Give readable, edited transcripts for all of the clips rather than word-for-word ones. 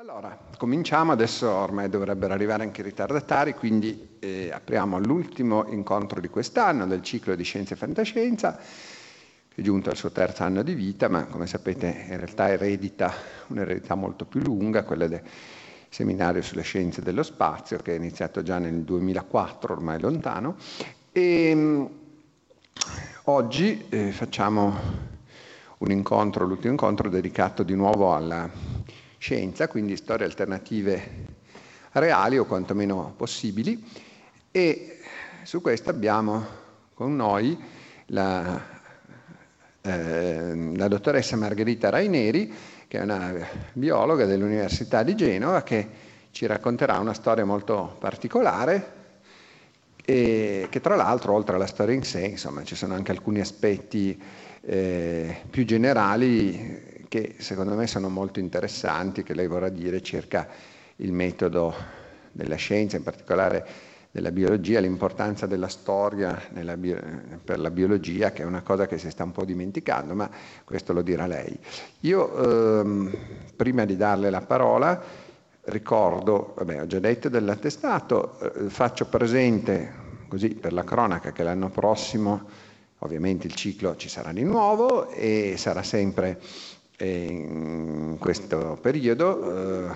Allora, cominciamo, adesso ormai dovrebbero arrivare anche i ritardatari, quindi apriamo l'ultimo incontro di quest'anno del ciclo di Scienza e Fantascienza, che è giunto al suo terzo anno di vita, ma come sapete in realtà eredita un'eredità molto più lunga, quella del seminario sulle scienze dello spazio, che è iniziato già nel 2004, ormai lontano, e oggi facciamo un incontro, l'ultimo incontro dedicato di nuovo alla scienza, quindi storie alternative reali o quantomeno possibili, e su questo abbiamo con noi la dottoressa Margherita Raineri, che è una biologa dell'Università di Genova, che ci racconterà una storia molto particolare e che tra l'altro, oltre alla storia in sé, insomma, ci sono anche alcuni aspetti più generali che secondo me sono molto interessanti, che lei vorrà dire circa il metodo della scienza, in particolare della biologia, l'importanza della storia per la biologia, che è una cosa che si sta un po' dimenticando, ma questo lo dirà lei. Io, prima di darle la parola, ricordo, vabbè, ho già detto dell'attestato, faccio presente, così per la cronaca, che l'anno prossimo ovviamente il ciclo ci sarà di nuovo e sarà sempre in questo periodo,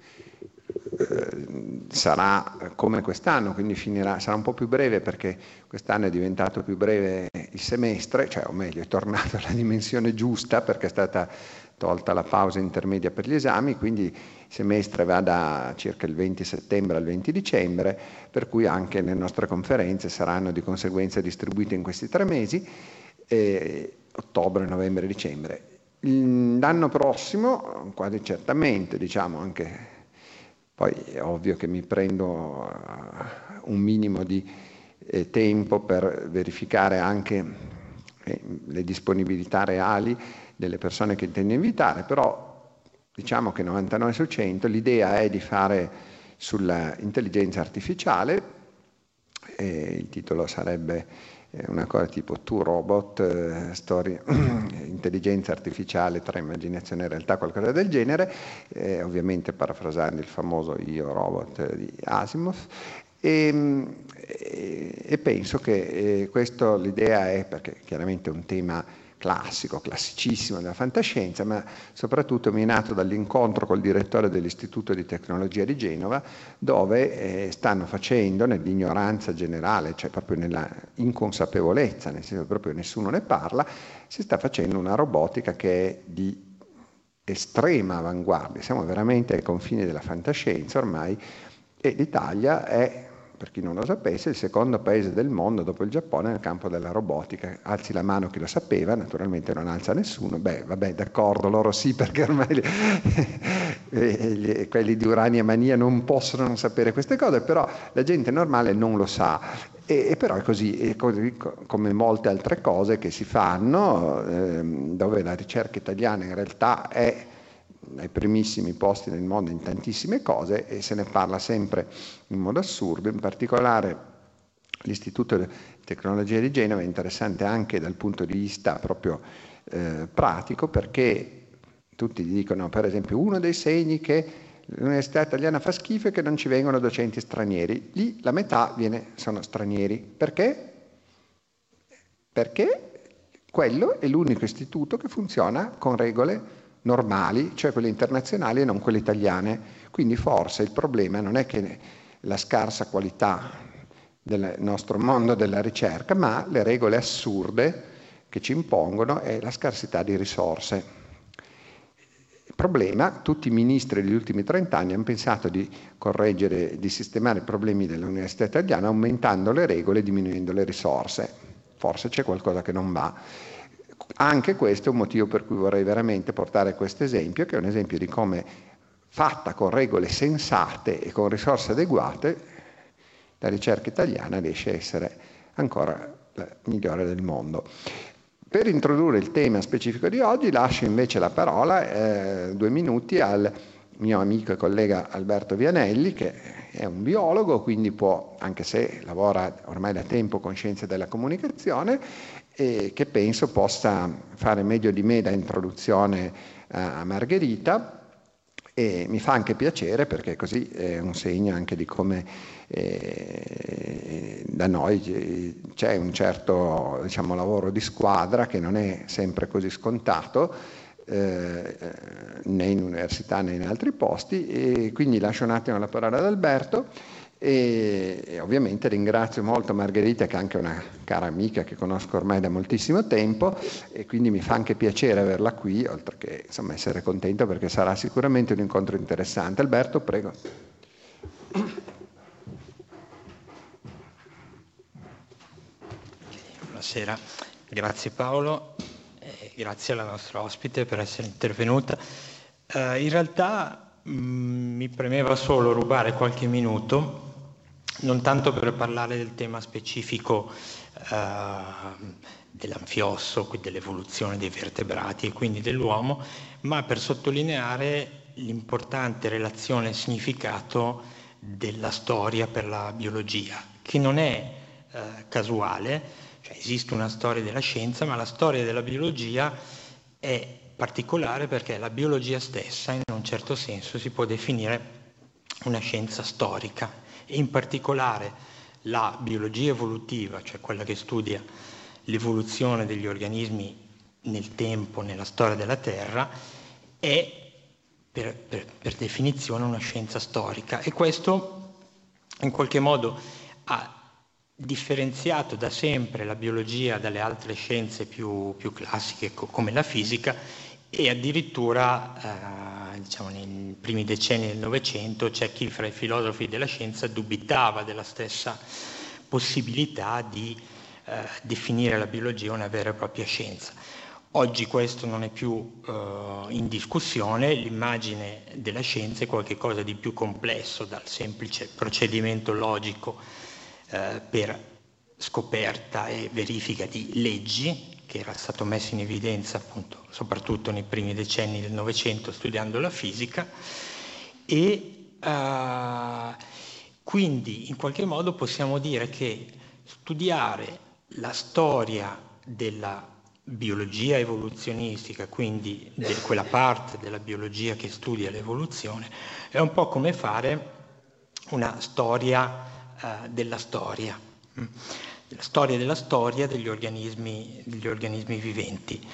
sarà come quest'anno, quindi sarà un po' più breve, perché quest'anno è diventato più breve il semestre, cioè, o meglio, è tornato alla dimensione giusta perché è stata tolta la pausa intermedia per gli esami, quindi il semestre va da circa il 20 settembre al 20 dicembre, per cui anche le nostre conferenze saranno di conseguenza distribuite in questi 3 mesi, ottobre, novembre, dicembre. L'anno prossimo, quasi certamente, diciamo, anche poi è ovvio che mi prendo un minimo di tempo per verificare anche le disponibilità reali delle persone che intendo invitare, però diciamo che 99 su 100 l'idea è di fare sulla intelligenza artificiale, il titolo sarebbe una cosa tipo Two Robot, intelligenza artificiale tra immaginazione e realtà, qualcosa del genere, ovviamente parafrasando il famoso Io Robot di Asimov, e penso che questo l'idea è, perché chiaramente è un tema classico, classicissimo della fantascienza, ma soprattutto mi è nato dall'incontro col direttore dell'Istituto di Tecnologia di Genova, dove stanno facendo, nell'ignoranza generale, cioè proprio nella inconsapevolezza, nel senso che proprio nessuno ne parla, si sta facendo una robotica che è di estrema avanguardia. Siamo veramente ai confini della fantascienza ormai, e l'Italia è, per chi non lo sapesse, il secondo paese del mondo dopo il Giappone nel campo della robotica. Alzi la mano chi lo sapeva, naturalmente non alza nessuno. Beh, vabbè, d'accordo, loro sì, perché ormai quelli di Urania Mania non possono non sapere queste cose, però la gente normale non lo sa. E però è così come molte altre cose che si fanno, dove la ricerca italiana in realtà è ai primissimi posti nel mondo in tantissime cose, e se ne parla sempre in modo assurdo. In particolare l'Istituto di Tecnologia di Genova è interessante anche dal punto di vista proprio pratico, perché tutti dicono, per esempio, uno dei segni che l'università italiana fa schifo è che non ci vengono docenti stranieri. Lì la metà sono stranieri. Perché? Perché quello è l'unico istituto che funziona con regole normali, cioè quelle internazionali e non quelle italiane. Quindi forse il problema non è che la scarsa qualità del nostro mondo della ricerca, ma le regole assurde che ci impongono e la scarsità di risorse. Il problema, tutti i ministri degli ultimi 30 anni hanno pensato di correggere, di sistemare i problemi dell'università italiana aumentando le regole e diminuendo le risorse. Forse c'è qualcosa che non va. Anche questo è un motivo per cui vorrei veramente portare questo esempio, che è un esempio di come, fatta con regole sensate e con risorse adeguate, la ricerca italiana riesce a essere ancora la migliore del mondo. Per introdurre il tema specifico di oggi lascio invece la parola 2 minuti al mio amico e collega Alberto Vianelli, che è un biologo, quindi può, anche se lavora ormai da tempo con scienze della comunicazione, e che penso possa fare meglio di me da introduzione a Margherita, E mi fa anche piacere, perché così è un segno anche di come da noi c'è un certo, diciamo, lavoro di squadra che non è sempre così scontato, né in università né in altri posti, e quindi lascio un attimo la parola ad Alberto. E ovviamente ringrazio molto Margherita, che è anche una cara amica che conosco ormai da moltissimo tempo, e quindi mi fa anche piacere averla qui, oltre che insomma essere contento, perché sarà sicuramente un incontro interessante. Alberto, prego. Buonasera, grazie Paolo, grazie alla nostra ospite per essere intervenuta. In realtà mi premeva solo rubare qualche minuto, non tanto per parlare del tema specifico dell'anfiosso, dell'evoluzione dei vertebrati e quindi dell'uomo, ma per sottolineare l'importante relazione e significato della storia per la biologia, che non è casuale. Cioè, esiste una storia della scienza, ma la storia della biologia è particolare perché la biologia stessa, in un certo senso, si può definire una scienza storica, e in particolare la biologia evolutiva, cioè quella che studia l'evoluzione degli organismi nel tempo, nella storia della Terra, è per definizione una scienza storica, e questo in qualche modo ha differenziato da sempre la biologia dalle altre scienze più classiche come la fisica, e addirittura diciamo nei primi decenni del Novecento c'è chi fra i filosofi della scienza dubitava della stessa possibilità di definire la biologia una vera e propria scienza. Oggi questo non è più in discussione. L'immagine della scienza è qualcosa di più complesso, dal semplice procedimento logico per scoperta e verifica di leggi, che era stato messo in evidenza appunto soprattutto nei primi decenni del Novecento studiando la fisica, e quindi in qualche modo possiamo dire che studiare la storia della biologia evoluzionistica, quindi di quella parte della biologia che studia l'evoluzione, è un po' come fare una storia della storia, la storia della storia degli organismi viventi.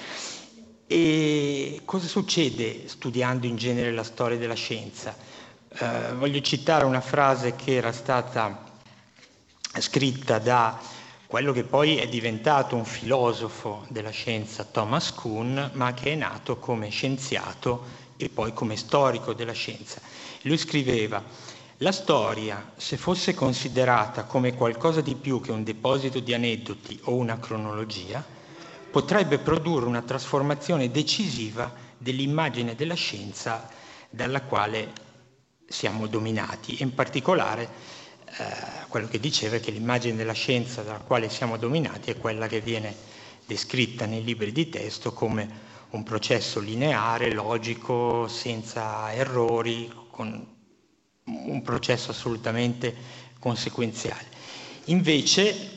E cosa succede studiando in genere la storia della scienza? Voglio citare una frase che era stata scritta da quello che poi è diventato un filosofo della scienza, Thomas Kuhn, ma che è nato come scienziato e poi come storico della scienza. Lui scriveva: la storia, se fosse considerata come qualcosa di più che un deposito di aneddoti o una cronologia, potrebbe produrre una trasformazione decisiva dell'immagine della scienza dalla quale siamo dominati. E in particolare quello che diceva è che l'immagine della scienza dalla quale siamo dominati è quella che viene descritta nei libri di testo come un processo lineare, logico, senza errori, con un processo assolutamente conseguenziale. Invece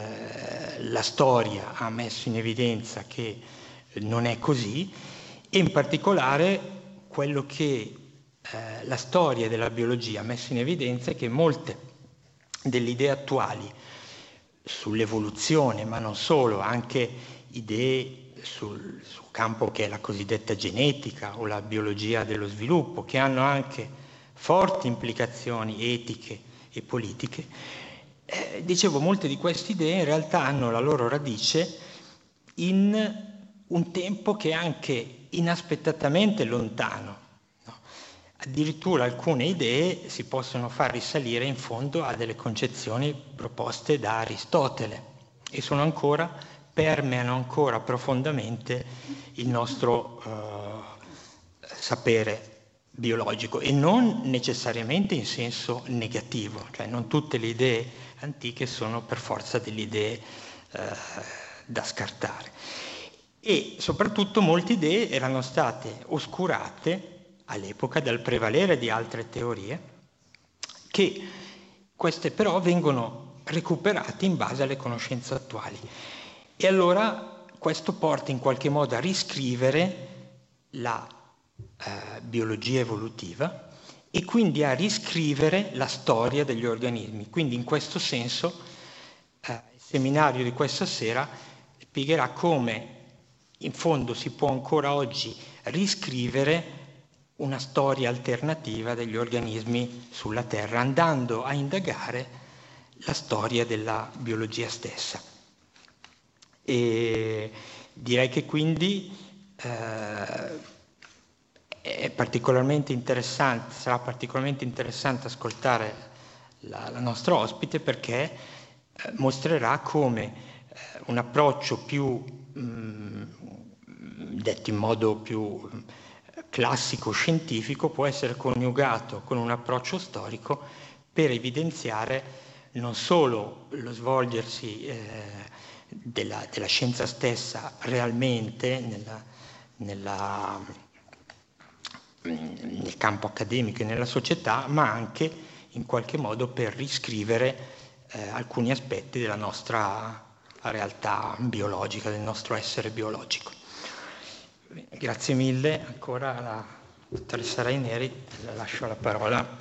la storia ha messo in evidenza che non è così, e in particolare quello che la storia della biologia ha messo in evidenza è che molte delle idee attuali sull'evoluzione, ma non solo, anche idee sul campo che è la cosiddetta genetica o la biologia dello sviluppo, che hanno anche forti implicazioni etiche e politiche, dicevo, molte di queste idee in realtà hanno la loro radice in un tempo che è anche inaspettatamente lontano. Addirittura alcune idee si possono far risalire in fondo a delle concezioni proposte da Aristotele e permeano ancora profondamente il nostro sapere biologico, e non necessariamente in senso negativo, cioè non tutte le idee antiche sono per forza delle idee da scartare. E soprattutto molte idee erano state oscurate all'epoca dal prevalere di altre teorie, che queste però vengono recuperate in base alle conoscenze attuali. E allora questo porta in qualche modo a riscrivere la biologia evolutiva e quindi a riscrivere la storia degli organismi. Quindi in questo senso il seminario di questa sera spiegherà come in fondo si può ancora oggi riscrivere una storia alternativa degli organismi sulla Terra, andando a indagare la storia della biologia stessa. E direi che quindi è particolarmente interessante, sarà particolarmente interessante ascoltare la nostra ospite, perché mostrerà come un approccio più, detto in modo più classico scientifico, può essere coniugato con un approccio storico per evidenziare non solo lo svolgersi della scienza stessa realmente nel campo accademico e nella società, ma anche in qualche modo per riscrivere alcuni aspetti della nostra realtà biologica, del nostro essere biologico. Grazie mille ancora alla dottoressa Raineri, le lascio la parola.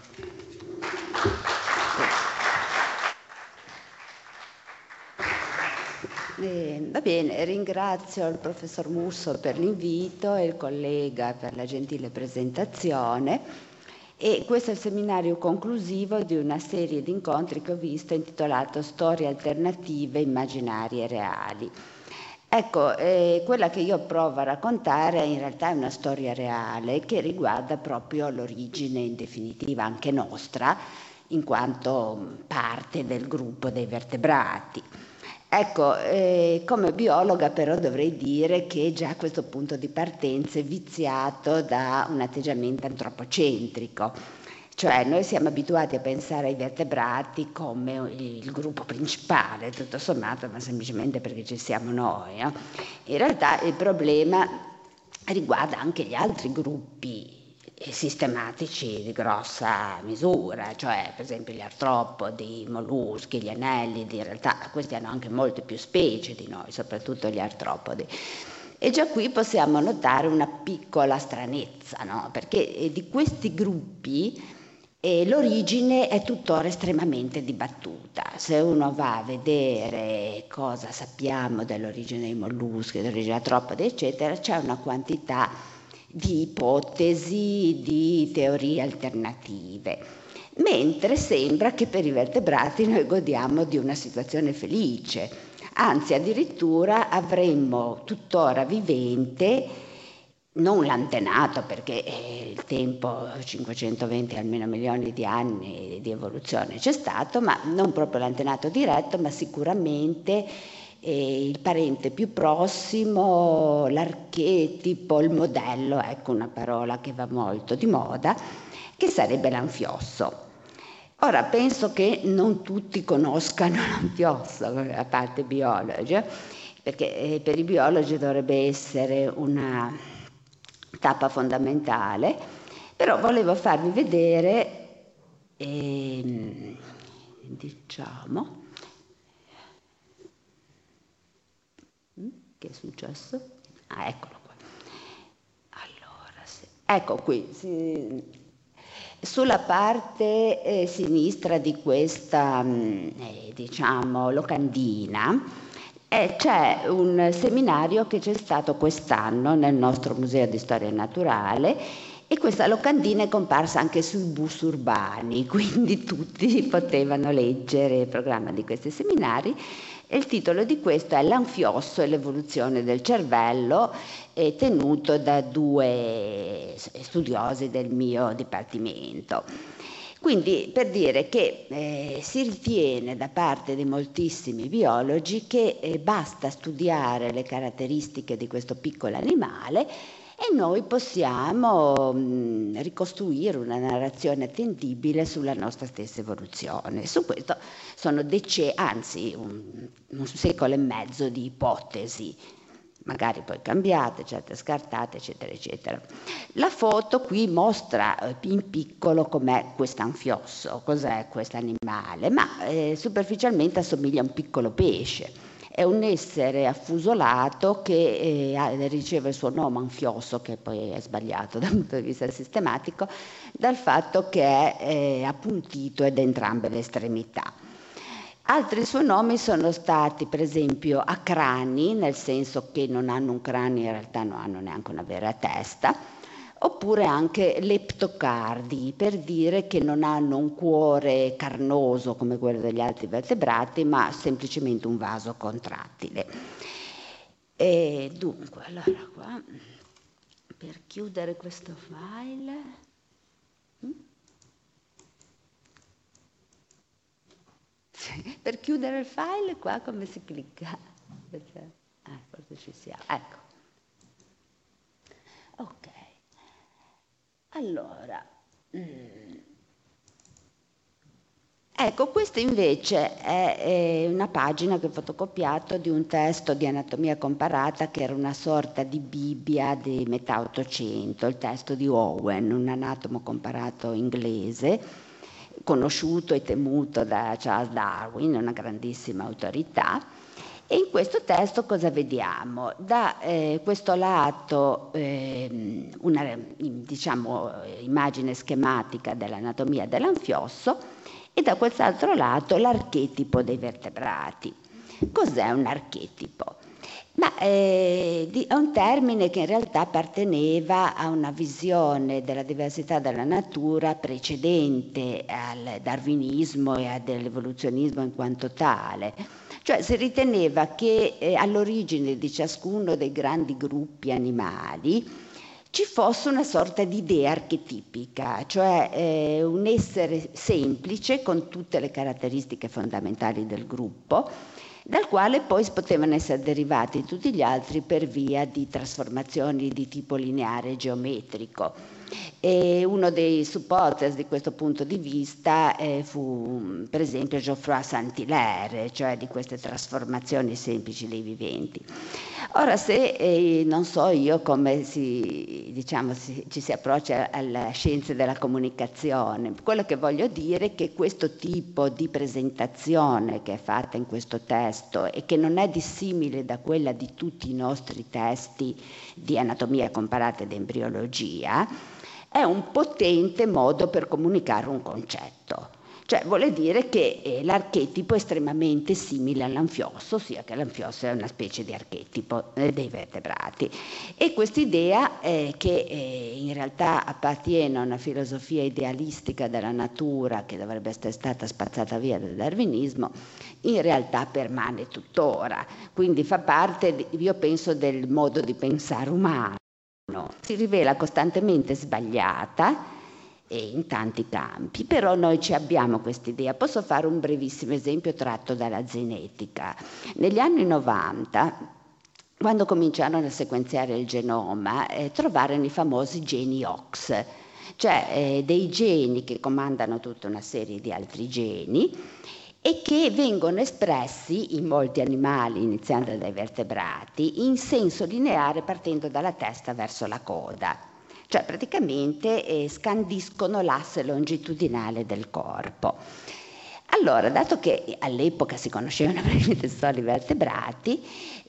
Va bene, ringrazio il professor Musso per l'invito e il collega per la gentile presentazione. E questo è il seminario conclusivo di una serie di incontri che ho visto intitolato Storie alternative, immaginarie e reali. Ecco, quella che io provo a raccontare in realtà è una storia reale che riguarda proprio l'origine in definitiva anche nostra, in quanto parte del gruppo dei vertebrati. Ecco, come biologa però dovrei dire che già questo punto di partenza è viziato da un atteggiamento antropocentrico, cioè noi siamo abituati a pensare ai vertebrati come il gruppo principale, tutto sommato, ma semplicemente perché ci siamo noi. In realtà il problema riguarda anche gli altri gruppi sistematici di grossa misura, cioè per esempio gli artropodi, i molluschi, gli annellidi. In realtà questi hanno anche molte più specie di noi, soprattutto gli artropodi. E già qui possiamo notare una piccola stranezza, no? Perché di questi gruppi l'origine è tuttora estremamente dibattuta. Se uno va a vedere cosa sappiamo dell'origine dei molluschi, dell'origine degli artropodi, eccetera, c'è una quantità di ipotesi, di teorie alternative, mentre sembra che per i vertebrati noi godiamo di una situazione felice, anzi addirittura avremmo tuttora vivente non l'antenato, perché il tempo, 520 almeno milioni di anni di evoluzione c'è stato, ma non proprio l'antenato diretto, ma sicuramente il parente più prossimo, l'archetipo, il modello, ecco una parola che va molto di moda, che sarebbe l'anfiosso. Ora penso che non tutti conoscano l'anfiosso, a parte i biologi, perché per i biologi dovrebbe essere una tappa fondamentale, però volevo farvi vedere, diciamo, che è successo? Ah, eccolo qua. Allora, ecco qui, sulla parte sinistra di questa, diciamo, locandina, c'è un seminario che c'è stato quest'anno nel nostro Museo di Storia Naturale, e questa locandina è comparsa anche sui bus urbani, quindi tutti potevano leggere il programma di questi seminari. E il titolo di questo è L'anfiosso e l'evoluzione del cervello, tenuto da due studiosi del mio dipartimento. Quindi per dire che si ritiene da parte di moltissimi biologi che basta studiare le caratteristiche di questo piccolo animale e noi possiamo ricostruire una narrazione attendibile sulla nostra stessa evoluzione. Su questo sono anzi un secolo e mezzo di ipotesi, magari poi cambiate, certe scartate, eccetera, eccetera. La foto qui mostra in piccolo com'è quest'anfiosso, cos'è questo animale, ma superficialmente assomiglia a un piccolo pesce. È un essere affusolato che riceve il suo nome anfioso, che poi è sbagliato dal punto di vista sistematico, dal fatto che è appuntito ed entrambe le estremità. Altri suoi nomi sono stati per esempio acrani, nel senso che non hanno un cranio, in realtà non hanno neanche una vera testa, oppure anche leptocardi, per dire che non hanno un cuore carnoso come quello degli altri vertebrati, ma semplicemente un vaso contrattile. E dunque, allora qua, per chiudere questo file... Per chiudere il file qua come si clicca? Forse ci siamo, ecco. Ok, allora, ecco, questa invece è una pagina che ho fotocopiato di un testo di anatomia comparata che era una sorta di Bibbia di metà Ottocento, il testo di Owen, un anatomo comparato inglese, conosciuto e temuto da Charles Darwin, una grandissima autorità. E in questo testo cosa vediamo? Da questo lato una immagine schematica dell'anatomia dell'anfiosso e da quest'altro lato l'archetipo dei vertebrati. Cos'è un archetipo? Ma è un termine che in realtà apparteneva a una visione della diversità della natura precedente al darwinismo e all'evoluzionismo in quanto tale. Cioè si riteneva che all'origine di ciascuno dei grandi gruppi animali ci fosse una sorta di idea archetipica, cioè un essere semplice con tutte le caratteristiche fondamentali del gruppo, dal quale poi potevano essere derivati tutti gli altri per via di trasformazioni di tipo lineare geometrico. E uno dei supporters di questo punto di vista fu per esempio Geoffroy Saint-Hilaire, cioè di queste trasformazioni semplici dei viventi. Ora, se non so io come ci si approccia alle scienze della comunicazione, quello che voglio dire è che questo tipo di presentazione che è fatta in questo testo e che non è dissimile da quella di tutti i nostri testi di anatomia comparata ed embriologia, è un potente modo per comunicare un concetto. Cioè vuole dire che l'archetipo è estremamente simile all'anfiosso, ossia che l'anfiosso è una specie di archetipo dei vertebrati. E quest'idea che in realtà appartiene a una filosofia idealistica della natura che dovrebbe essere stata spazzata via dal darwinismo, in realtà permane tuttora. Quindi fa parte, io penso, del modo di pensare umano. Si rivela costantemente sbagliata in tanti campi, però noi ci abbiamo quest'idea. Posso fare un brevissimo esempio tratto dalla genetica. Negli anni 90, quando cominciarono a sequenziare il genoma, trovarono i famosi geni OX, cioè dei geni che comandano tutta una serie di altri geni e che vengono espressi in molti animali, iniziando dai vertebrati, in senso lineare partendo dalla testa verso la coda. Cioè praticamente scandiscono l'asse longitudinale del corpo. Allora, dato che all'epoca si conoscevano praticamente solo i vertebrati,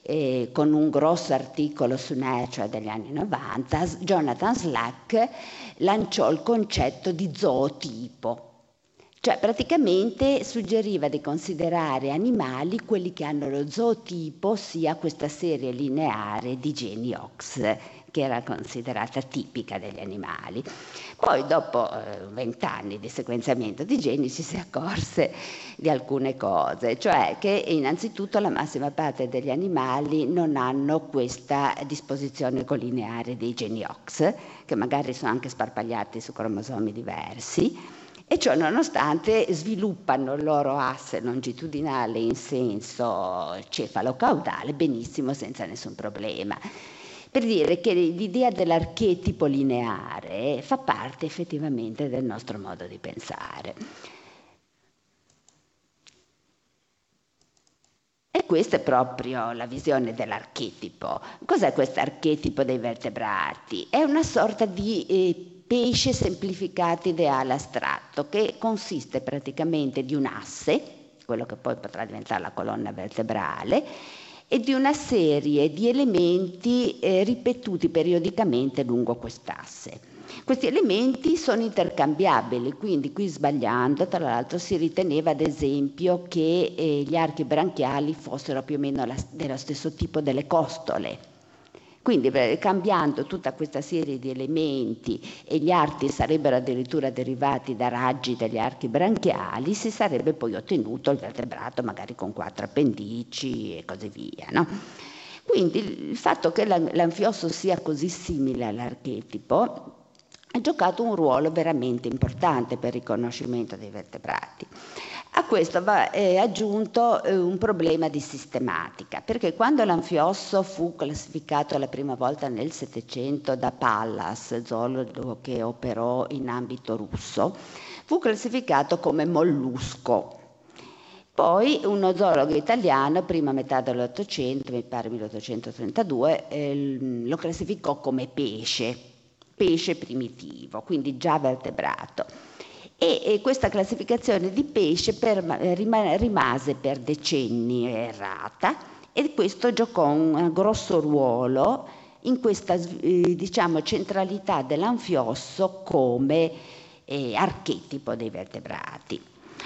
con un grosso articolo su Nature degli anni 90, Jonathan Slack lanciò il concetto di zootipo. Cioè praticamente suggeriva di considerare animali quelli che hanno lo zootipo, ossia questa serie lineare di geni OX, che era considerata tipica degli animali. Poi dopo 20 anni di sequenziamento di geni ci si accorse di alcune cose, cioè che innanzitutto la massima parte degli animali non hanno questa disposizione colineare dei geni OX, che magari sono anche sparpagliati su cromosomi diversi, e ciò nonostante sviluppano il loro asse longitudinale in senso cefalo-caudale benissimo, senza nessun problema. Per dire che l'idea dell'archetipo lineare fa parte effettivamente del nostro modo di pensare. E questa è proprio la visione dell'archetipo. Cos'è questo archetipo dei vertebrati? È una sorta di pesce semplificato ideale astratto che consiste praticamente di un asse, quello che poi potrà diventare la colonna vertebrale, e di una serie di elementi ripetuti periodicamente lungo quest'asse. Questi elementi sono intercambiabili, quindi qui sbagliando, tra l'altro, si riteneva ad esempio che gli archi branchiali fossero più o meno dello stesso tipo delle costole. Quindi cambiando tutta questa serie di elementi e gli arti sarebbero addirittura derivati da raggi degli archi branchiali, si sarebbe poi ottenuto il vertebrato magari con 4 appendici e così via, no? Quindi il fatto che l'anfiosso sia così simile all'archetipo ha giocato un ruolo veramente importante per il riconoscimento dei vertebrati. A questo va aggiunto un problema di sistematica, perché quando l'anfiosso fu classificato la prima volta nel Settecento da Pallas, zoologo che operò in ambito russo, fu classificato come mollusco. Poi uno zoologo italiano, prima metà dell'Ottocento, mi pare 1832, lo classificò come pesce primitivo, quindi già vertebrato. E questa classificazione di pesce rimase per decenni errata, e questo giocò un grosso ruolo in questa centralità dell'anfiosso come archetipo dei vertebrati.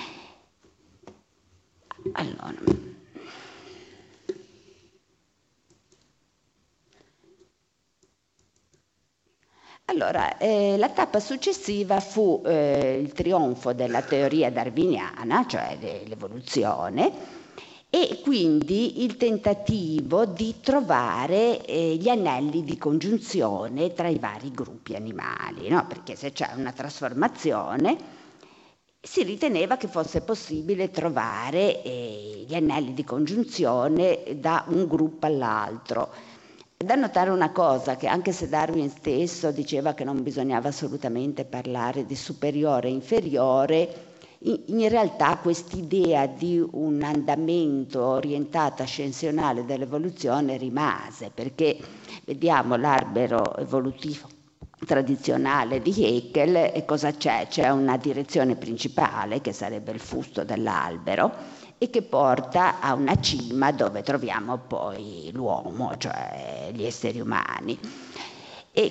Allora, la tappa successiva fu il trionfo della teoria darwiniana, cioè l'evoluzione, e quindi il tentativo di trovare gli anelli di congiunzione tra i vari gruppi animali, no? Perché se c'è una trasformazione si riteneva che fosse possibile trovare gli anelli di congiunzione da un gruppo all'altro. Da notare una cosa, che anche se Darwin stesso diceva che non bisognava assolutamente parlare di superiore e inferiore, in realtà quest'idea di un andamento orientato ascensionale dell'evoluzione rimase, perché vediamo l'albero evolutivo tradizionale di Haeckel e cosa c'è? C'è una direzione principale che sarebbe il fusto dell'albero e che porta a una cima dove troviamo poi l'uomo, cioè gli esseri umani. E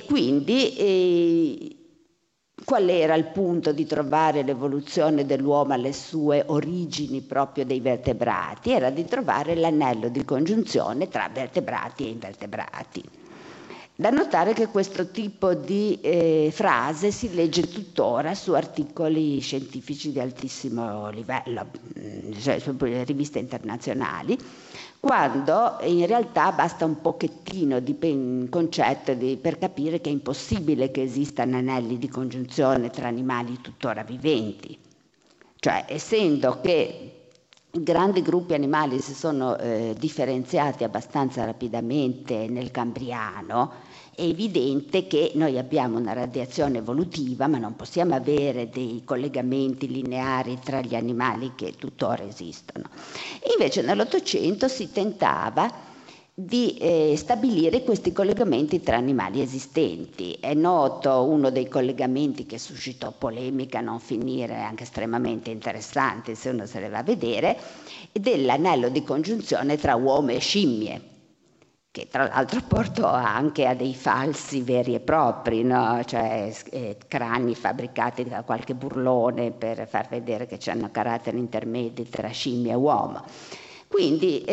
quindi qual era il punto di trovare l'evoluzione dell'uomo alle sue origini proprio dei vertebrati? Era di trovare l'anello di congiunzione tra vertebrati e invertebrati. Da notare che questo tipo di frase si legge tuttora su articoli scientifici di altissimo livello, cioè su riviste internazionali, quando in realtà basta un pochettino di concetto per capire che è impossibile che esistano anelli di congiunzione tra animali tuttora viventi. Cioè, essendo che grandi gruppi animali si sono differenziati abbastanza rapidamente nel Cambriano, è evidente che noi abbiamo una radiazione evolutiva, ma non possiamo avere dei collegamenti lineari tra gli animali che tuttora esistono. E invece nell'Ottocento si tentava di stabilire questi collegamenti tra animali esistenti. È noto uno dei collegamenti che suscitò polemica a non finire, anche estremamente interessante se uno se ne va a vedere, dell'anello di congiunzione tra uomo e scimmie, che tra l'altro portò anche a dei falsi veri e propri, no? Cioè crani fabbricati da qualche burlone per far vedere che c'erano caratteri intermedi tra scimmia e uomo. Quindi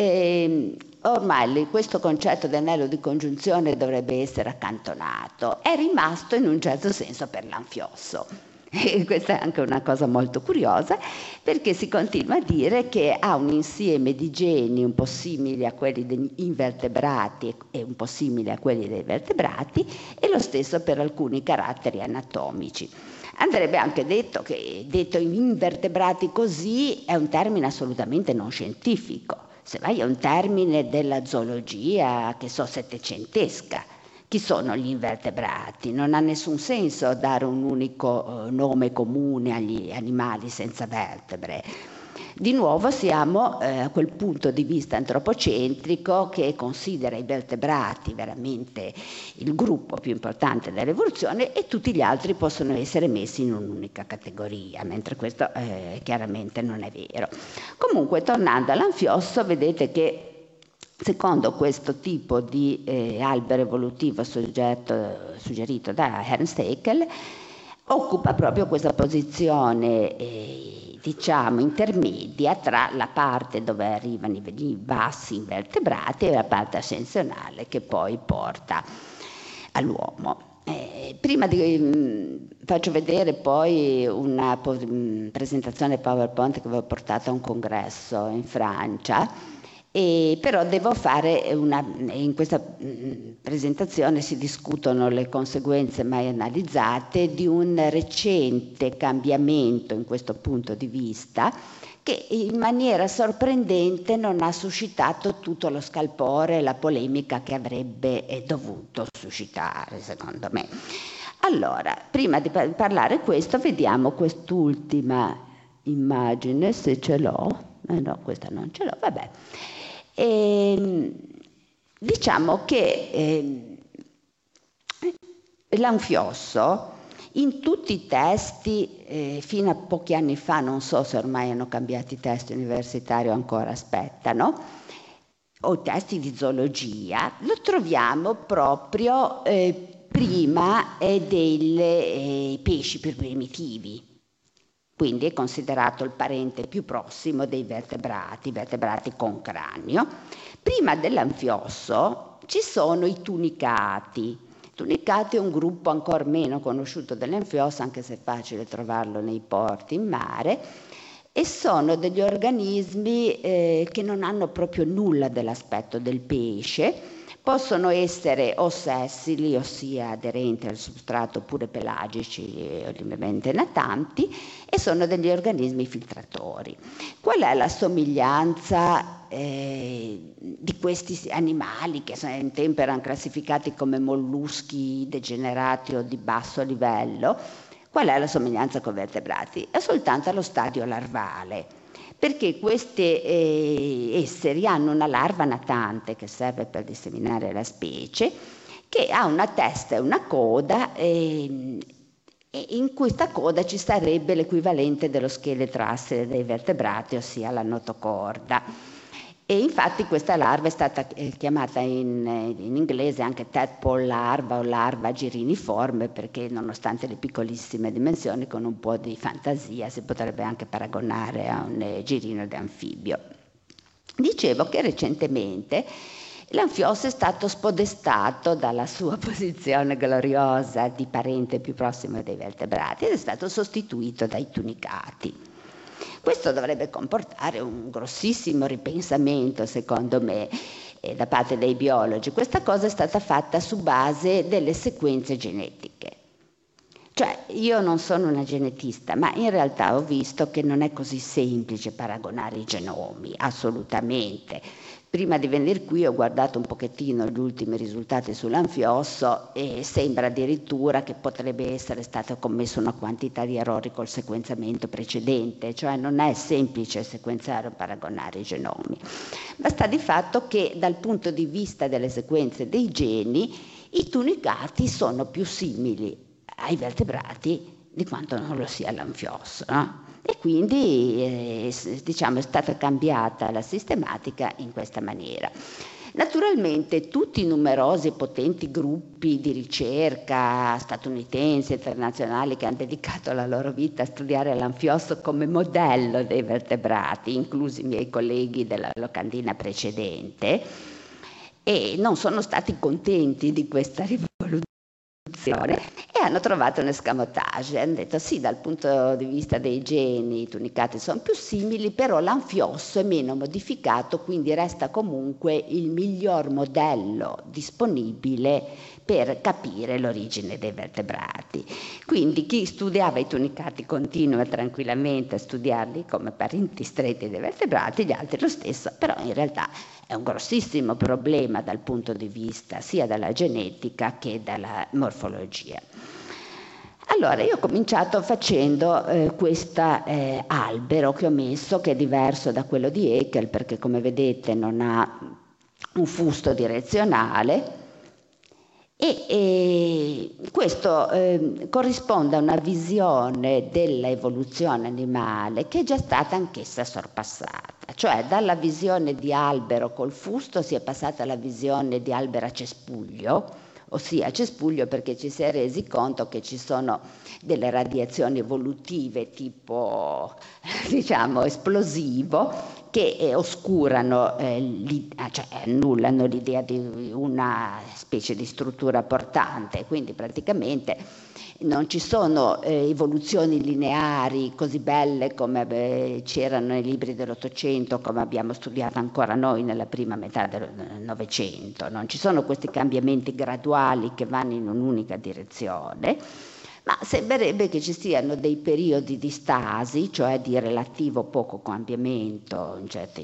ormai questo concetto di anello di congiunzione dovrebbe essere accantonato. È rimasto in un certo senso per l'anfiosso. E questa è anche una cosa molto curiosa, perché si continua a dire che ha un insieme di geni un po' simili a quelli degli invertebrati e un po' simili a quelli dei vertebrati, e lo stesso per alcuni caratteri anatomici. Andrebbe anche detto che detto invertebrati così è un termine assolutamente non scientifico. Se vai a un termine della zoologia, che so, settecentesca, chi sono gli invertebrati? Non ha nessun senso dare un unico nome comune agli animali senza vertebre. Di nuovo siamo a quel punto di vista antropocentrico che considera i vertebrati veramente il gruppo più importante dell'evoluzione, e tutti gli altri possono essere messi in un'unica categoria, mentre questo chiaramente non è vero. Comunque, tornando all'anfiosso, vedete che secondo questo tipo di albero evolutivo suggerito da Ernst Haeckel, occupa proprio questa posizione diciamo intermedia tra la parte dove arrivano i bassi invertebrati e la parte ascensionale che poi porta all'uomo. Faccio vedere poi una presentazione PowerPoint che avevo portato a un congresso in Francia. Però devo fare in questa presentazione si discutono le conseguenze mai analizzate di un recente cambiamento in questo punto di vista che in maniera sorprendente non ha suscitato tutto lo scalpore e la polemica che avrebbe dovuto suscitare, secondo me. Allora, prima di parlare questo, vediamo quest'ultima immagine, se ce l'ho. No, questa non ce l'ho, vabbè. Diciamo che l'anfiosso in tutti i testi fino a pochi anni fa, non so se ormai hanno cambiato i testi universitari o ancora aspettano, o i testi di zoologia, lo troviamo proprio prima dei pesci più primitivi. Quindi è considerato il parente più prossimo dei vertebrati con cranio. Prima dell'anfiosso ci sono i tunicati. I tunicati è un gruppo ancora meno conosciuto dell'anfiosso, anche se è facile trovarlo nei porti in mare, e sono degli organismi che non hanno proprio nulla dell'aspetto del pesce. Possono essere o sessili, ossia aderenti al substrato, oppure pelagici o lievemente natanti, e sono degli organismi filtratori. Qual è la somiglianza di questi animali che in tempo erano classificati come molluschi degenerati o di basso livello? Qual è la somiglianza con i vertebrati? È soltanto allo stadio larvale, perché questi esseri hanno una larva natante che serve per disseminare la specie, che ha una testa e una coda, e in questa coda ci sarebbe l'equivalente dello scheletro assile dei vertebrati, ossia la notocorda. E infatti questa larva è stata chiamata in inglese anche tadpole larva o larva giriniforme, perché nonostante le piccolissime dimensioni, con un po' di fantasia si potrebbe anche paragonare a un girino di anfibio. Dicevo che recentemente l'anfiosso è stato spodestato dalla sua posizione gloriosa di parente più prossimo dei vertebrati ed è stato sostituito dai tunicati. Questo dovrebbe comportare un grossissimo ripensamento, secondo me, da parte dei biologi. Questa cosa è stata fatta su base delle sequenze genetiche. Cioè, io non sono una genetista, ma in realtà ho visto che non è così semplice paragonare i genomi, assolutamente. Prima di venire qui ho guardato un pochettino gli ultimi risultati sull'anfiosso e sembra addirittura che potrebbe essere stata commessa una quantità di errori col sequenziamento precedente, cioè non è semplice sequenziare o paragonare i genomi. Basta di fatto che dal punto di vista delle sequenze dei geni i tunicati sono più simili ai vertebrati di quanto non lo sia l'anfiosso, no? E quindi diciamo, è stata cambiata la sistematica in questa maniera. Naturalmente tutti i numerosi e potenti gruppi di ricerca statunitensi e internazionali che hanno dedicato la loro vita a studiare l'anfiosso come modello dei vertebrati, inclusi i miei colleghi della locandina precedente, e non sono stati contenti di questa rivoluzione e hanno trovato un escamotage, hanno detto sì, dal punto di vista dei geni i tunicati sono più simili, però l'anfiosso è meno modificato, quindi resta comunque il miglior modello disponibile per capire l'origine dei vertebrati. Quindi chi studiava i tunicati continua tranquillamente a studiarli come parenti stretti dei vertebrati, gli altri lo stesso, però in realtà è un grossissimo problema dal punto di vista sia della genetica che della morfologia. Allora, io ho cominciato facendo questo albero che ho messo, che è diverso da quello di Haeckel, perché come vedete non ha un fusto direzionale, e questo corrisponde a una visione dell'evoluzione animale che è già stata anch'essa sorpassata. cioè dalla visione di albero col fusto si è passata alla visione di albero a cespuglio, ossia cespuglio perché ci si è resi conto che ci sono delle radiazioni evolutive tipo diciamo esplosivo che oscurano, cioè annullano l'idea di una specie di struttura portante, quindi praticamente non ci sono evoluzioni lineari così belle come c'erano nei libri dell'Ottocento, come abbiamo studiato ancora noi nella prima metà del Novecento. Non ci sono questi cambiamenti graduali che vanno in un'unica direzione, ma sembrerebbe che ci siano dei periodi di stasi, cioè di relativo poco cambiamento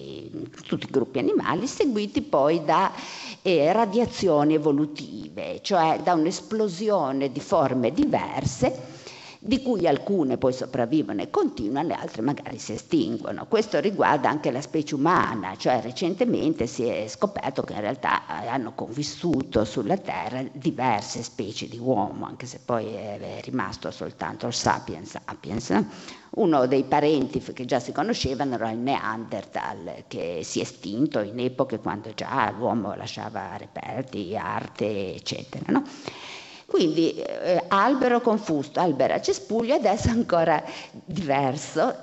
in tutti i gruppi animali, seguiti poi da radiazioni evolutive, cioè da un'esplosione di forme diverse, di cui alcune poi sopravvivono e continuano, le altre magari si estinguono. Questo riguarda anche la specie umana, cioè recentemente si è scoperto che in realtà hanno convissuto sulla Terra diverse specie di uomo, anche se poi è rimasto soltanto il sapiens sapiens. Uno dei parenti che già si conoscevano era il Neanderthal, che si è estinto in epoche quando già l'uomo lasciava reperti, arte, eccetera, no? Quindi albero con fusto, albero a cespuglio, adesso ancora diverso,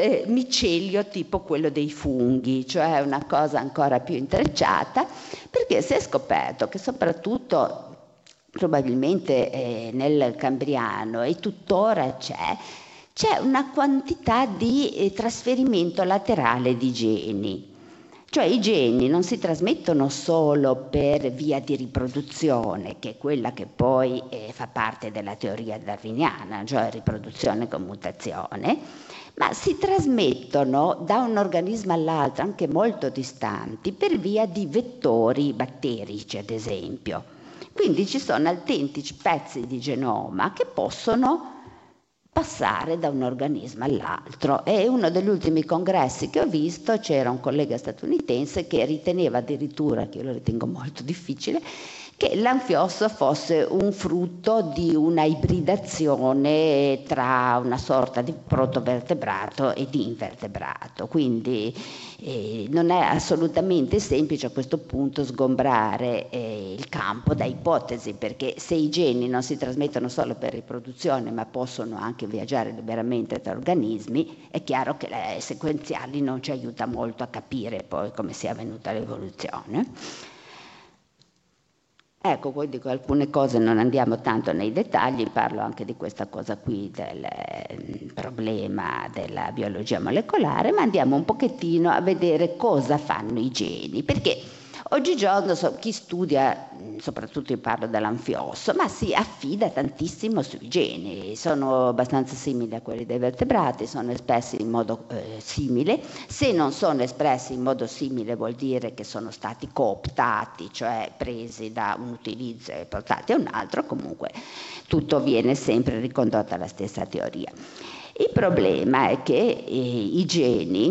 micelio tipo quello dei funghi, cioè una cosa ancora più intrecciata, perché si è scoperto che soprattutto probabilmente nel Cambriano e tuttora c'è una quantità di trasferimento laterale di geni. Cioè i geni non si trasmettono solo per via di riproduzione, che è quella che poi fa parte della teoria darwiniana, cioè riproduzione con mutazione, ma si trasmettono da un organismo all'altro, anche molto distanti, per via di vettori batterici, ad esempio. Quindi ci sono autentici pezzi di genoma che possono passare da un organismo all'altro. E uno degli ultimi congressi che ho visto c'era un collega statunitense che riteneva addirittura, che io lo ritengo molto difficile, che l'anfiosso fosse un frutto di una ibridazione tra una sorta di protovertebrato e di invertebrato. Quindi non è assolutamente semplice a questo punto sgombrare il campo da ipotesi, perché se i geni non si trasmettono solo per riproduzione ma possono anche viaggiare liberamente tra organismi, è chiaro che le sequenziali non ci aiuta molto a capire poi come sia avvenuta l'evoluzione. Ecco, poi dico alcune cose, non andiamo tanto nei dettagli, parlo anche di questa cosa qui del problema della biologia molecolare, ma andiamo un pochettino a vedere cosa fanno i geni, perché oggigiorno chi studia, soprattutto io parlo dell'anfiosso, ma si affida tantissimo sui geni, sono abbastanza simili a quelli dei vertebrati, sono espressi in modo simile. Se non sono espressi in modo simile vuol dire che sono stati cooptati, cioè presi da un utilizzo e portati a un altro, comunque tutto viene sempre ricondotto alla stessa teoria. Il problema è che i geni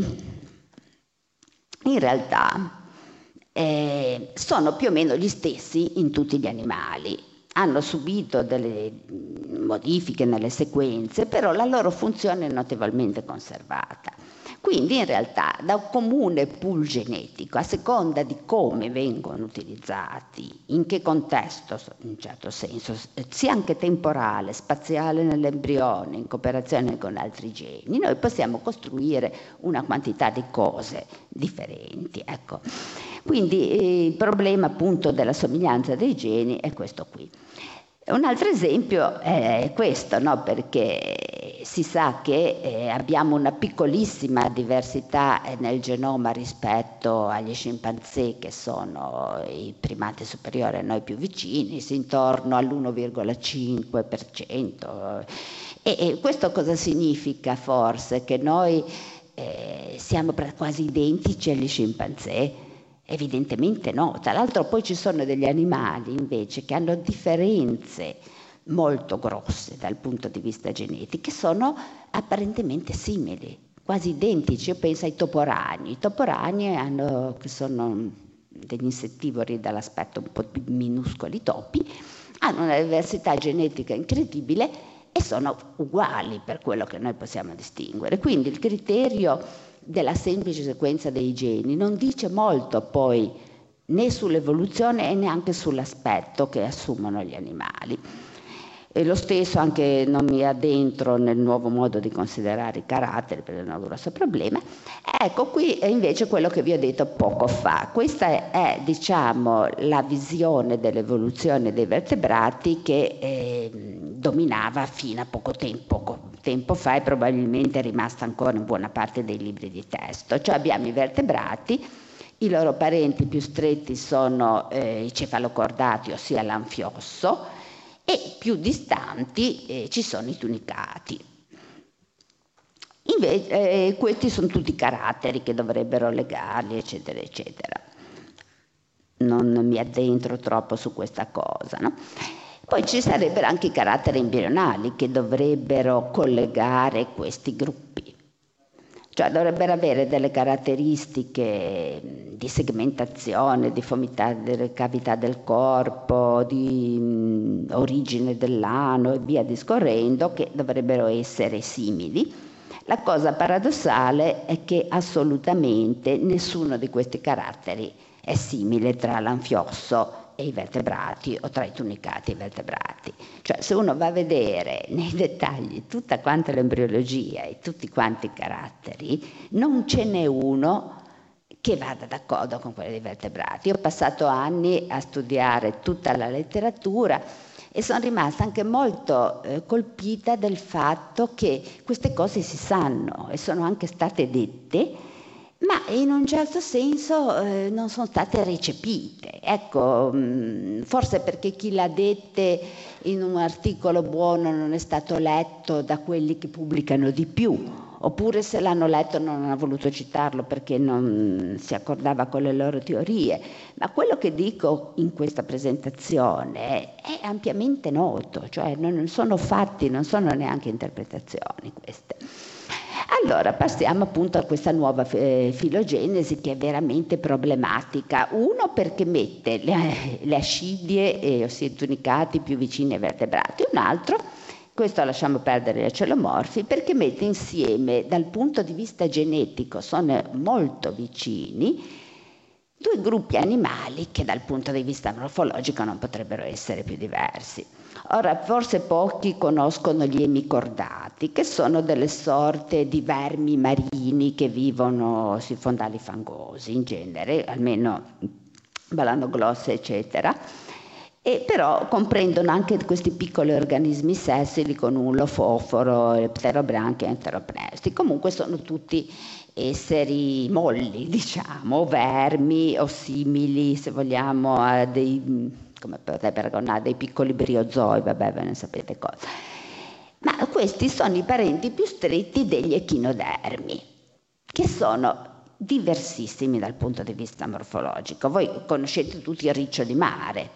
in realtà sono più o meno gli stessi in tutti gli animali. Hanno subito delle modifiche nelle sequenze, però la loro funzione è notevolmente conservata. Quindi in realtà da un comune pool genetico, a seconda di come vengono utilizzati, in che contesto in un certo senso, sia anche temporale, spaziale nell'embrione, in cooperazione con altri geni, noi possiamo costruire una quantità di cose differenti. Ecco. Quindi il problema appunto della somiglianza dei geni è questo qui. Un altro esempio è questo, no? Perché si sa che abbiamo una piccolissima diversità nel genoma rispetto agli scimpanzé, che sono i primati superiori a noi più vicini, intorno all'1,5%. E questo cosa significa forse? Che noi siamo quasi identici agli scimpanzé? Evidentemente no. Tra l'altro poi ci sono degli animali invece che hanno differenze molto grosse dal punto di vista genetico, che sono apparentemente simili, quasi identici. Io penso ai toporagni. I toporagni che sono degli insettivori dall'aspetto un po' più minuscoli topi, hanno una diversità genetica incredibile e sono uguali per quello che noi possiamo distinguere. Quindi il criterio della semplice sequenza dei geni non dice molto poi né sull'evoluzione e neanche sull'aspetto che assumono gli animali. E lo stesso, anche non mi addentro nel nuovo modo di considerare i caratteri perché è un grosso problema. Ecco, qui è invece quello che vi ho detto poco fa. Questa è, diciamo, la visione dell'evoluzione dei vertebrati che dominava fino a poco tempo fa e probabilmente è rimasta ancora in buona parte dei libri di testo. Cioè abbiamo i vertebrati, i loro parenti più stretti sono i cefalocordati, ossia l'anfiosso, e più distanti ci sono i tunicati. Invece, questi sono tutti caratteri che dovrebbero legarli, eccetera, eccetera. Non mi addentro troppo su questa cosa, no? Poi ci sarebbero anche i caratteri embrionali che dovrebbero collegare questi gruppi. Cioè dovrebbero avere delle caratteristiche di segmentazione, di delle cavità del corpo, di origine dell'ano e via discorrendo, che dovrebbero essere simili. La cosa paradossale è che assolutamente nessuno di questi caratteri è simile tra l'anfiosso e i vertebrati o tra i tunicati e i vertebrati. Cioè se uno va a vedere nei dettagli tutta quanta l'embriologia e tutti quanti i caratteri, non ce n'è uno che vada d'accordo con quelli dei vertebrati. Io ho passato anni a studiare tutta la letteratura e sono rimasta anche molto colpita del fatto che queste cose si sanno e sono anche state dette, ma in un certo senso non sono state recepite. Ecco, forse perché chi l'ha dette in un articolo buono non è stato letto da quelli che pubblicano di più, oppure se l'hanno letto non hanno voluto citarlo perché non si accordava con le loro teorie. Ma quello che dico in questa presentazione è ampiamente noto, cioè non sono fatti, non sono neanche interpretazioni queste. Allora passiamo appunto a questa nuova filogenesi che è veramente problematica. Uno perché mette le ascidie, ossia i tunicati, più vicini ai vertebrati. Un altro, questo lasciamo perdere gli acelomorfi, perché mette insieme dal punto di vista genetico, sono molto vicini, due gruppi animali che dal punto di vista morfologico non potrebbero essere più diversi. Ora, forse pochi conoscono gli emicordati, che sono delle sorte di vermi marini che vivono sui fondali fangosi, in genere, almeno balanoglossi, eccetera, e però comprendono anche questi piccoli organismi sessili con ullo, foforo, pterobranchi e enteropnesti. Comunque sono tutti esseri molli, diciamo, vermi o simili, se vogliamo, a dei, come potete paragonare, dei piccoli briozoi, vabbè, ve ne sapete cosa. Ma questi sono i parenti più stretti degli echinodermi, che sono diversissimi dal punto di vista morfologico. Voi conoscete tutti il riccio di mare,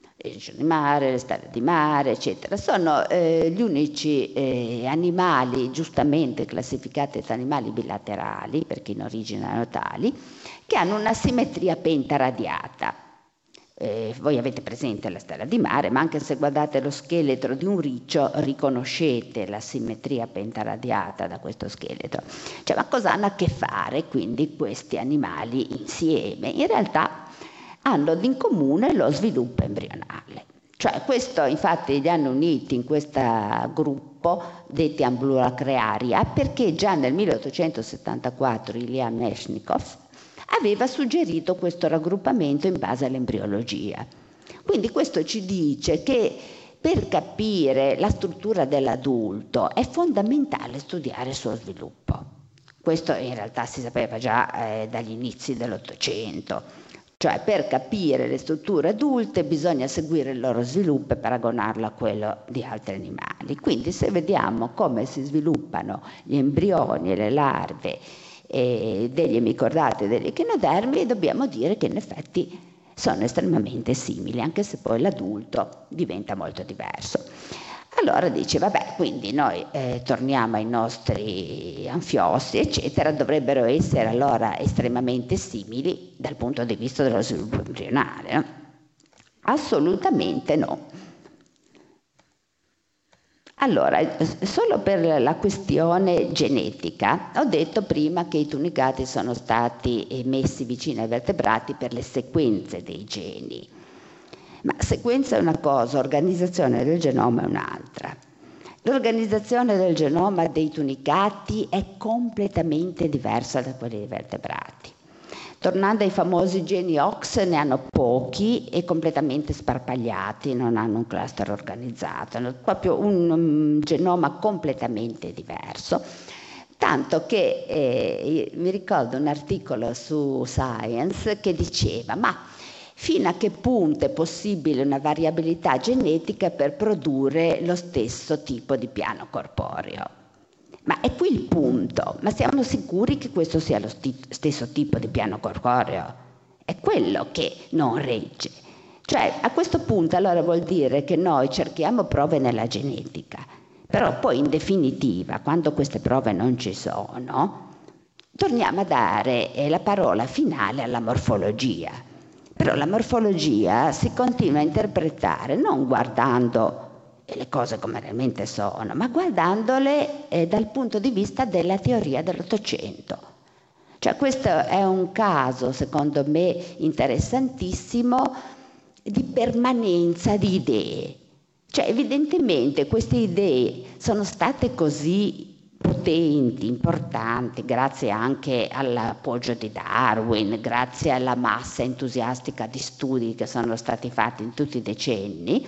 le stelle di mare, eccetera. Sono gli unici animali giustamente classificati tra animali bilaterali, perché in origine erano tali, che hanno una simmetria pentaradiata. Voi avete presente la stella di mare, ma anche se guardate lo scheletro di un riccio riconoscete la simmetria pentaradiata da questo scheletro. Cioè, ma cosa hanno a che fare quindi questi animali insieme? In realtà hanno in comune lo sviluppo embrionale. Cioè questo infatti li hanno uniti in questo gruppo detti Ambulacrearia perché già nel 1874 Ilya Meshnikov aveva suggerito questo raggruppamento in base all'embriologia. Quindi questo ci dice che per capire la struttura dell'adulto è fondamentale studiare il suo sviluppo. Questo in realtà si sapeva già dagli inizi dell'Ottocento. Cioè per capire le strutture adulte bisogna seguire il loro sviluppo e paragonarlo a quello di altri animali. Quindi se vediamo come si sviluppano gli embrioni e le larve degli emicordati e degli echinodermi, dobbiamo dire che in effetti sono estremamente simili, anche se poi l'adulto diventa molto diverso. Allora dice, vabbè, quindi noi torniamo ai nostri anfiossi, eccetera, dovrebbero essere allora estremamente simili dal punto di vista dello sviluppo embrionale, no? Assolutamente no. Allora, solo per la questione genetica, ho detto prima che i tunicati sono stati messi vicino ai vertebrati per le sequenze dei geni. Ma sequenza è una cosa, organizzazione del genoma è un'altra. L'organizzazione del genoma dei tunicati è completamente diversa da quella dei vertebrati. Tornando ai famosi geni OX, ne hanno pochi e completamente sparpagliati, non hanno un cluster organizzato, hanno proprio un genoma completamente diverso. Tanto che mi ricordo un articolo su Science che diceva: ma fino a che punto è possibile una variabilità genetica per produrre lo stesso tipo di piano corporeo? Ma è qui il punto, ma siamo sicuri che questo sia lo stesso tipo di piano corporeo? È quello che non regge. Cioè, a questo punto allora vuol dire che noi cerchiamo prove nella genetica, però poi in definitiva, quando queste prove non ci sono, torniamo a dare la parola finale alla morfologia. Però la morfologia si continua a interpretare non guardando le cose come realmente sono, ma guardandole dal punto di vista della teoria dell'Ottocento. Cioè questo è un caso, secondo me, interessantissimo di permanenza di idee. Cioè evidentemente queste idee sono state così potenti, importanti, grazie anche all'appoggio di Darwin, grazie alla massa entusiastica di studi che sono stati fatti in tutti i decenni,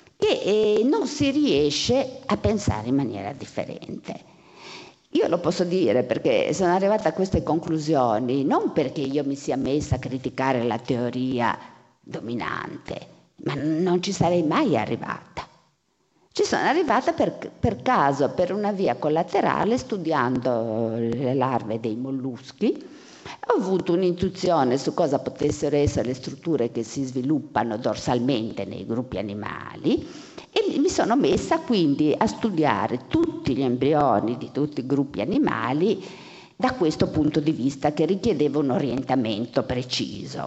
che non si riesce a pensare in maniera differente. Io lo posso dire perché sono arrivata a queste conclusioni non perché io mi sia messa a criticare la teoria dominante, ma non ci sarei mai arrivata. Ci sono arrivata per caso, per una via collaterale, studiando le larve dei molluschi. Ho avuto un'intuizione su cosa potessero essere le strutture che si sviluppano dorsalmente nei gruppi animali e mi sono messa quindi a studiare tutti gli embrioni di tutti i gruppi animali da questo punto di vista che richiedeva un orientamento preciso.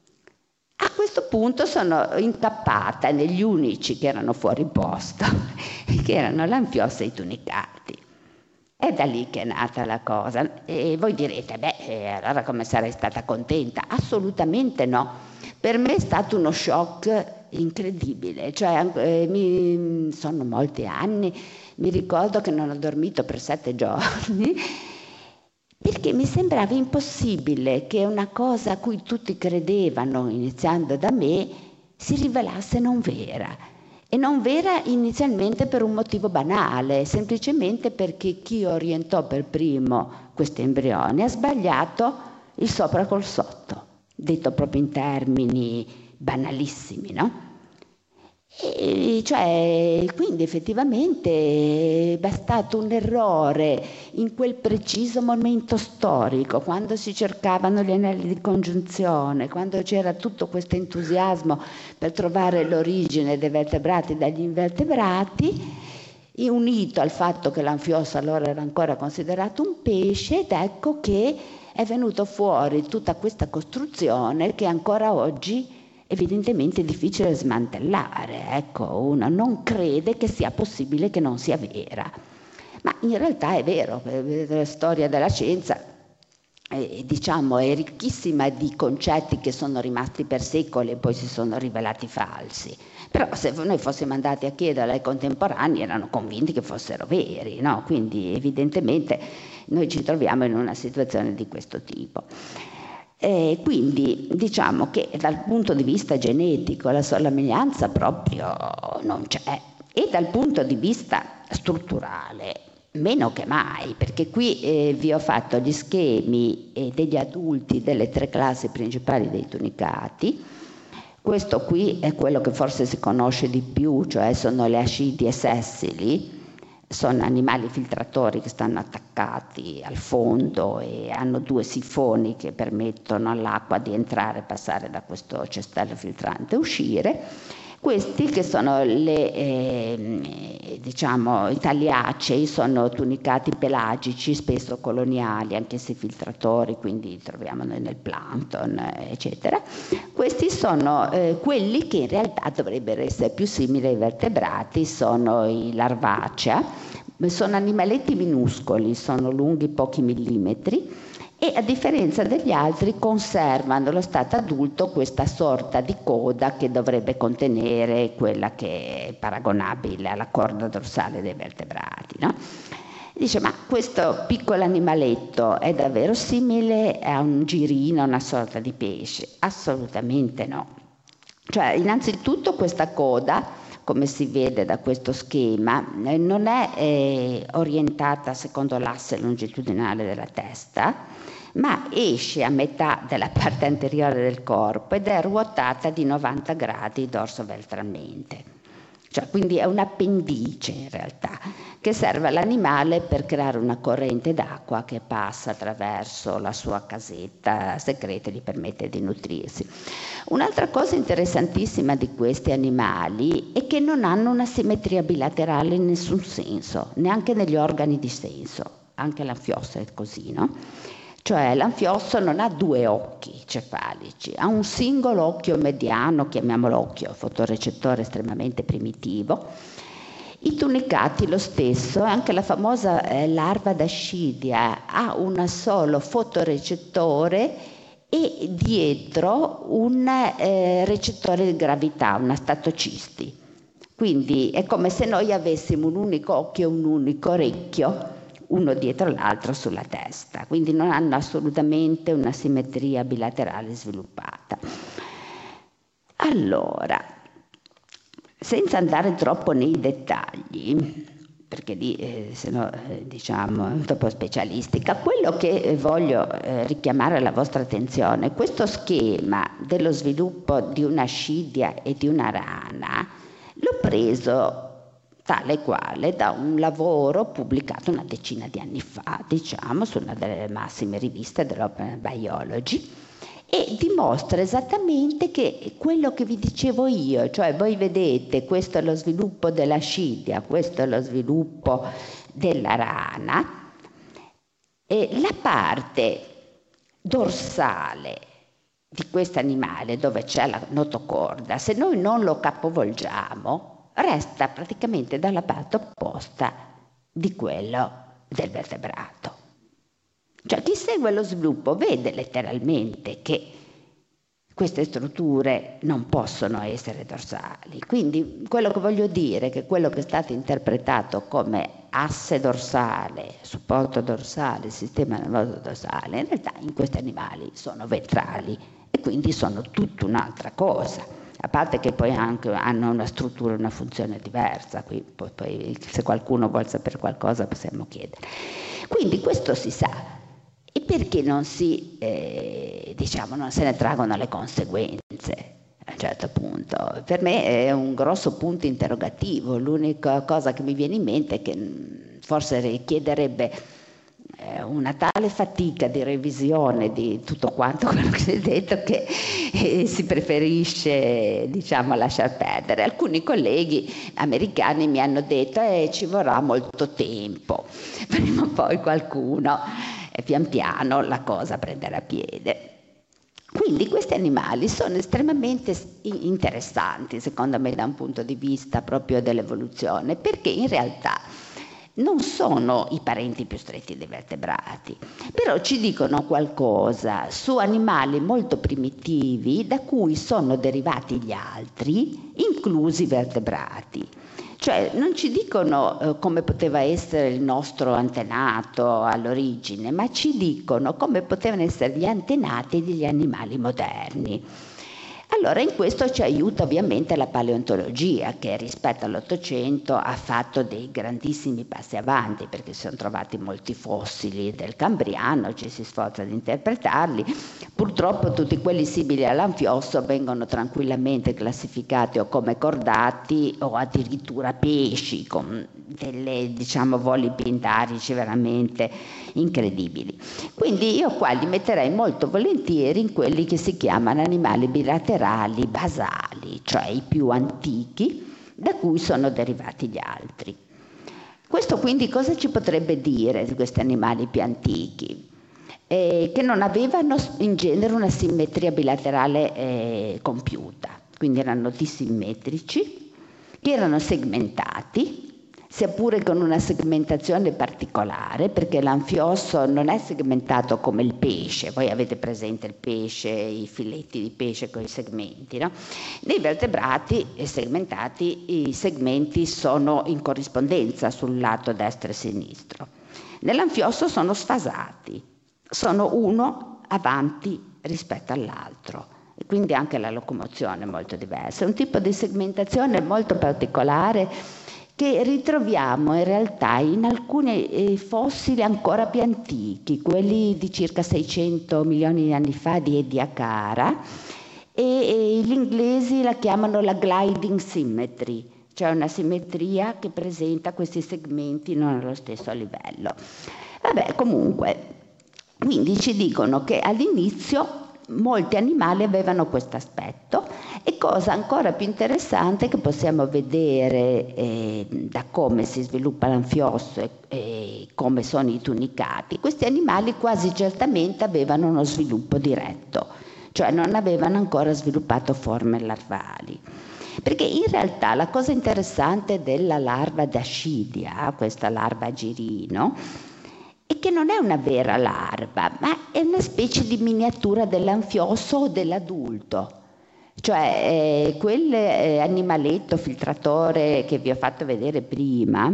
A questo punto sono incappata negli unici che erano fuori posto, che erano l'anfiossa e i tunicati. È da lì che è nata la cosa. E voi direte, allora come sarei stata contenta? Assolutamente no. Per me è stato uno shock incredibile. Cioè, sono molti anni, mi ricordo che non ho dormito per 7 giorni, perché mi sembrava impossibile che una cosa a cui tutti credevano, iniziando da me, si rivelasse non vera. E non vera inizialmente per un motivo banale, semplicemente perché chi orientò per primo questi embrioni ha sbagliato il sopra col sotto, detto proprio in termini banalissimi, no? E cioè, quindi effettivamente è bastato un errore in quel preciso momento storico, quando si cercavano gli anelli di congiunzione, quando c'era tutto questo entusiasmo per trovare l'origine dei vertebrati dagli invertebrati, unito al fatto che l'anfiossa allora era ancora considerato un pesce, ed ecco che è venuto fuori tutta questa costruzione che ancora oggi evidentemente è difficile smantellare. Ecco, uno non crede che sia possibile che non sia vera, ma in realtà è vero. La storia della scienza diciamo è ricchissima di concetti che sono rimasti per secoli e poi si sono rivelati falsi, però se noi fossimo andati a chiedere ai contemporanei erano convinti che fossero veri, no? Quindi evidentemente noi ci troviamo in una situazione di questo tipo. Quindi diciamo che dal punto di vista genetico la somiglianza proprio non c'è, e dal punto di vista strutturale meno che mai, perché qui vi ho fatto gli schemi degli adulti delle 3 classi principali dei tunicati. Questo qui è quello che forse si conosce di più, cioè sono le ascidie sessili. Sono animali filtratori che stanno attaccati al fondo e hanno 2 sifoni che permettono all'acqua di entrare e passare da questo cestello filtrante e uscire. Questi, che sono diciamo, i tagliacei, sono tunicati pelagici, spesso coloniali, anche se filtratori, quindi troviamo nel plancton, eccetera. Questi sono quelli che in realtà dovrebbero essere più simili ai vertebrati, sono i larvacea, sono animaletti minuscoli, sono lunghi pochi millimetri, e a differenza degli altri conservano allo stato adulto questa sorta di coda che dovrebbe contenere quella che è paragonabile alla corda dorsale dei vertebrati, no? Dice, ma questo piccolo animaletto è davvero simile a un girino, una sorta di pesce? Assolutamente no. Cioè, innanzitutto questa coda, come si vede da questo schema, non è orientata secondo l'asse longitudinale della testa, ma esce a metà della parte anteriore del corpo ed è ruotata di 90 gradi dorso-ventralmente. Cioè, quindi è un appendice in realtà, che serve all'animale per creare una corrente d'acqua che passa attraverso la sua casetta segreta e gli permette di nutrirsi. Un'altra cosa interessantissima di questi animali è che non hanno una simmetria bilaterale in nessun senso, neanche negli organi di senso. Anche l'anfiosso è così, no? Cioè l'anfiosso non ha due occhi cefalici, ha un singolo occhio mediano, chiamiamolo occhio fotorecettore estremamente primitivo. I tunicati lo stesso, anche la famosa larva d'ascidia ha un solo fotorecettore e dietro un recettore di gravità, una statocisti. Quindi è come se noi avessimo un unico occhio e un unico orecchio, uno dietro l'altro sulla testa, quindi non hanno assolutamente una simmetria bilaterale sviluppata. Allora, senza andare troppo nei dettagli, perché lì se no diciamo è un po' specialistica, quello che voglio richiamare alla vostra attenzione, questo schema dello sviluppo di una scidia e di una rana l'ho preso tale quale da un lavoro pubblicato una decina di anni fa, diciamo, su una delle massime riviste dell'Open Biology, e dimostra esattamente che quello che vi dicevo io, cioè voi vedete questo è lo sviluppo della scidia, questo è lo sviluppo della rana, e la parte dorsale di questo animale dove c'è la notocorda, se noi non lo capovolgiamo, resta praticamente dalla parte opposta di quello del vertebrato. Cioè chi segue lo sviluppo vede letteralmente che queste strutture non possono essere dorsali. Quindi quello che voglio dire è che quello che è stato interpretato come asse dorsale, supporto dorsale, sistema nervoso dorsale, in realtà in questi animali sono ventrali e quindi sono tutta un'altra cosa. A parte che poi anche hanno una struttura e una funzione diversa, qui poi se qualcuno vuole sapere qualcosa possiamo chiedere. Quindi questo si sa, e perché non non se ne traggono le conseguenze a un certo punto? Per me è un grosso punto interrogativo, l'unica cosa che mi viene in mente è che forse richiederebbe una tale fatica di revisione di tutto quanto quello che si è detto che si preferisce lasciar perdere. Alcuni colleghi americani mi hanno detto ci vorrà molto tempo, prima o poi qualcuno e pian piano la cosa prenderà piede. Quindi questi animali sono estremamente interessanti secondo me da un punto di vista proprio dell'evoluzione, perché in realtà non sono i parenti più stretti dei vertebrati, però ci dicono qualcosa su animali molto primitivi da cui sono derivati gli altri, inclusi i vertebrati. Cioè non ci dicono come poteva essere il nostro antenato all'origine, ma ci dicono come potevano essere gli antenati degli animali moderni. Allora in questo ci aiuta ovviamente la paleontologia, che rispetto all'Ottocento ha fatto dei grandissimi passi avanti, perché si sono trovati molti fossili del Cambriano, ci si sforza di interpretarli. Purtroppo tutti quelli simili all'anfiosso vengono tranquillamente classificati o come cordati o addirittura pesci, con delle voli pindarici veramente incredibili. Quindi io qua li metterei molto volentieri in quelli che si chiamano animali bilaterali vertebrali basali, cioè i più antichi, da cui sono derivati gli altri. Questo quindi cosa ci potrebbe dire di questi animali più antichi? Che non avevano in genere una simmetria bilaterale compiuta, quindi erano disimmetrici, che erano segmentati, sia pure con una segmentazione particolare, perché l'anfiosso non è segmentato come il pesce. Voi avete presente il pesce, i filetti di pesce con i segmenti, no? Nei vertebrati segmentati i segmenti sono in corrispondenza sul lato destro e sinistro. Nell'anfiosso sono sfasati, sono uno avanti rispetto all'altro. E quindi anche la locomozione è molto diversa. È un tipo di segmentazione molto particolare che ritroviamo in realtà in alcuni fossili ancora più antichi, quelli di circa 600 milioni di anni fa di Ediacara, e gli inglesi la chiamano la gliding symmetry, cioè una simmetria che presenta questi segmenti non allo stesso livello. Vabbè, comunque, quindi ci dicono che all'inizio molti animali avevano questo aspetto, e cosa ancora più interessante che possiamo vedere da come si sviluppa l'anfiosso e come sono i tunicati, questi animali quasi certamente avevano uno sviluppo diretto, cioè non avevano ancora sviluppato forme larvali. Perché in realtà la cosa interessante della larva d'ascidia, questa larva a girino, è che non è una vera larva, ma è una specie di miniatura dell'anfiosso o dell'adulto. Cioè quell'animaletto filtratore che vi ho fatto vedere prima,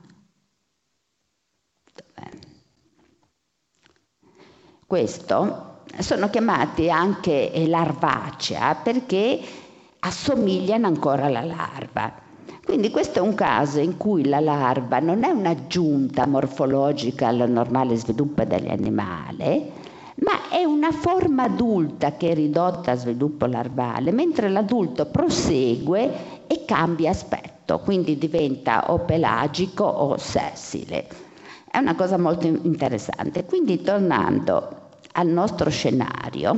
questo, sono chiamati anche larvacea perché assomigliano ancora alla larva. Quindi questo è un caso in cui la larva non è un'aggiunta morfologica al normale sviluppo dell'animale, ma è una forma adulta che è ridotta a sviluppo larvale, mentre l'adulto prosegue e cambia aspetto, quindi diventa o pelagico o sessile. È una cosa molto interessante. Quindi tornando al nostro scenario,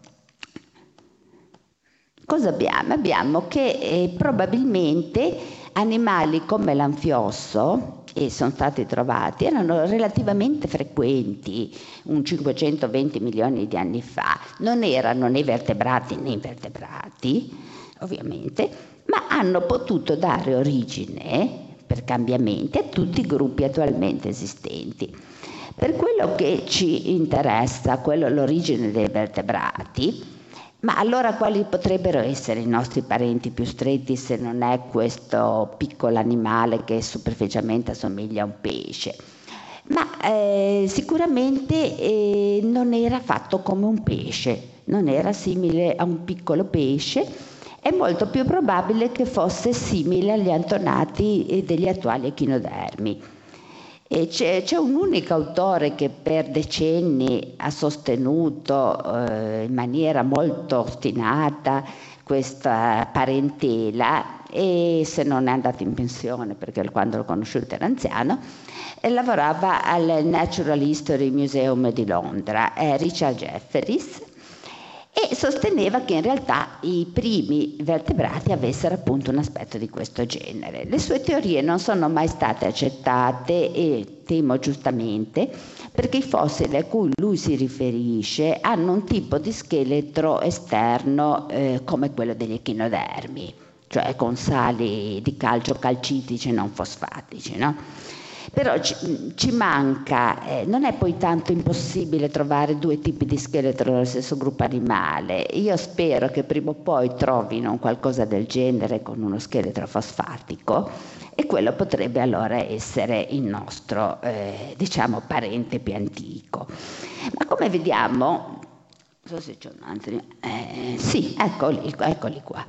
cosa abbiamo? Abbiamo che probabilmente animali come l'anfiosso, e sono stati trovati, erano relativamente frequenti, un 520 milioni di anni fa. Non erano né vertebrati né invertebrati, ovviamente, ma hanno potuto dare origine, per cambiamenti, a tutti i gruppi attualmente esistenti. Per quello che ci interessa, l'origine dei vertebrati, ma allora quali potrebbero essere i nostri parenti più stretti se non è questo piccolo animale che superficialmente assomiglia a un pesce? Ma sicuramente non era fatto come un pesce, non era simile a un piccolo pesce, è molto più probabile che fosse simile agli antenati degli attuali echinodermi. E c'è un unico autore che per decenni ha sostenuto in maniera molto ostinata questa parentela, e se non è andato in pensione perché quando l'ho conosciuto era anziano, lavorava al Natural History Museum di Londra, Richard Jefferies, e sosteneva che in realtà i primi vertebrati avessero appunto un aspetto di questo genere. Le sue teorie non sono mai state accettate, e temo giustamente, perché i fossili a cui lui si riferisce hanno un tipo di scheletro esterno come quello degli echinodermi, cioè con sali di calcio calcitici e non fosfatici, no? Però ci manca, non è poi tanto impossibile trovare due tipi di scheletro nello stesso gruppo animale. Io spero che prima o poi trovino qualcosa del genere con uno scheletro fosfatico, e quello potrebbe allora essere il nostro, diciamo, parente più antico. Ma come vediamo, non so se c'è un altro, sì, eccoli qua.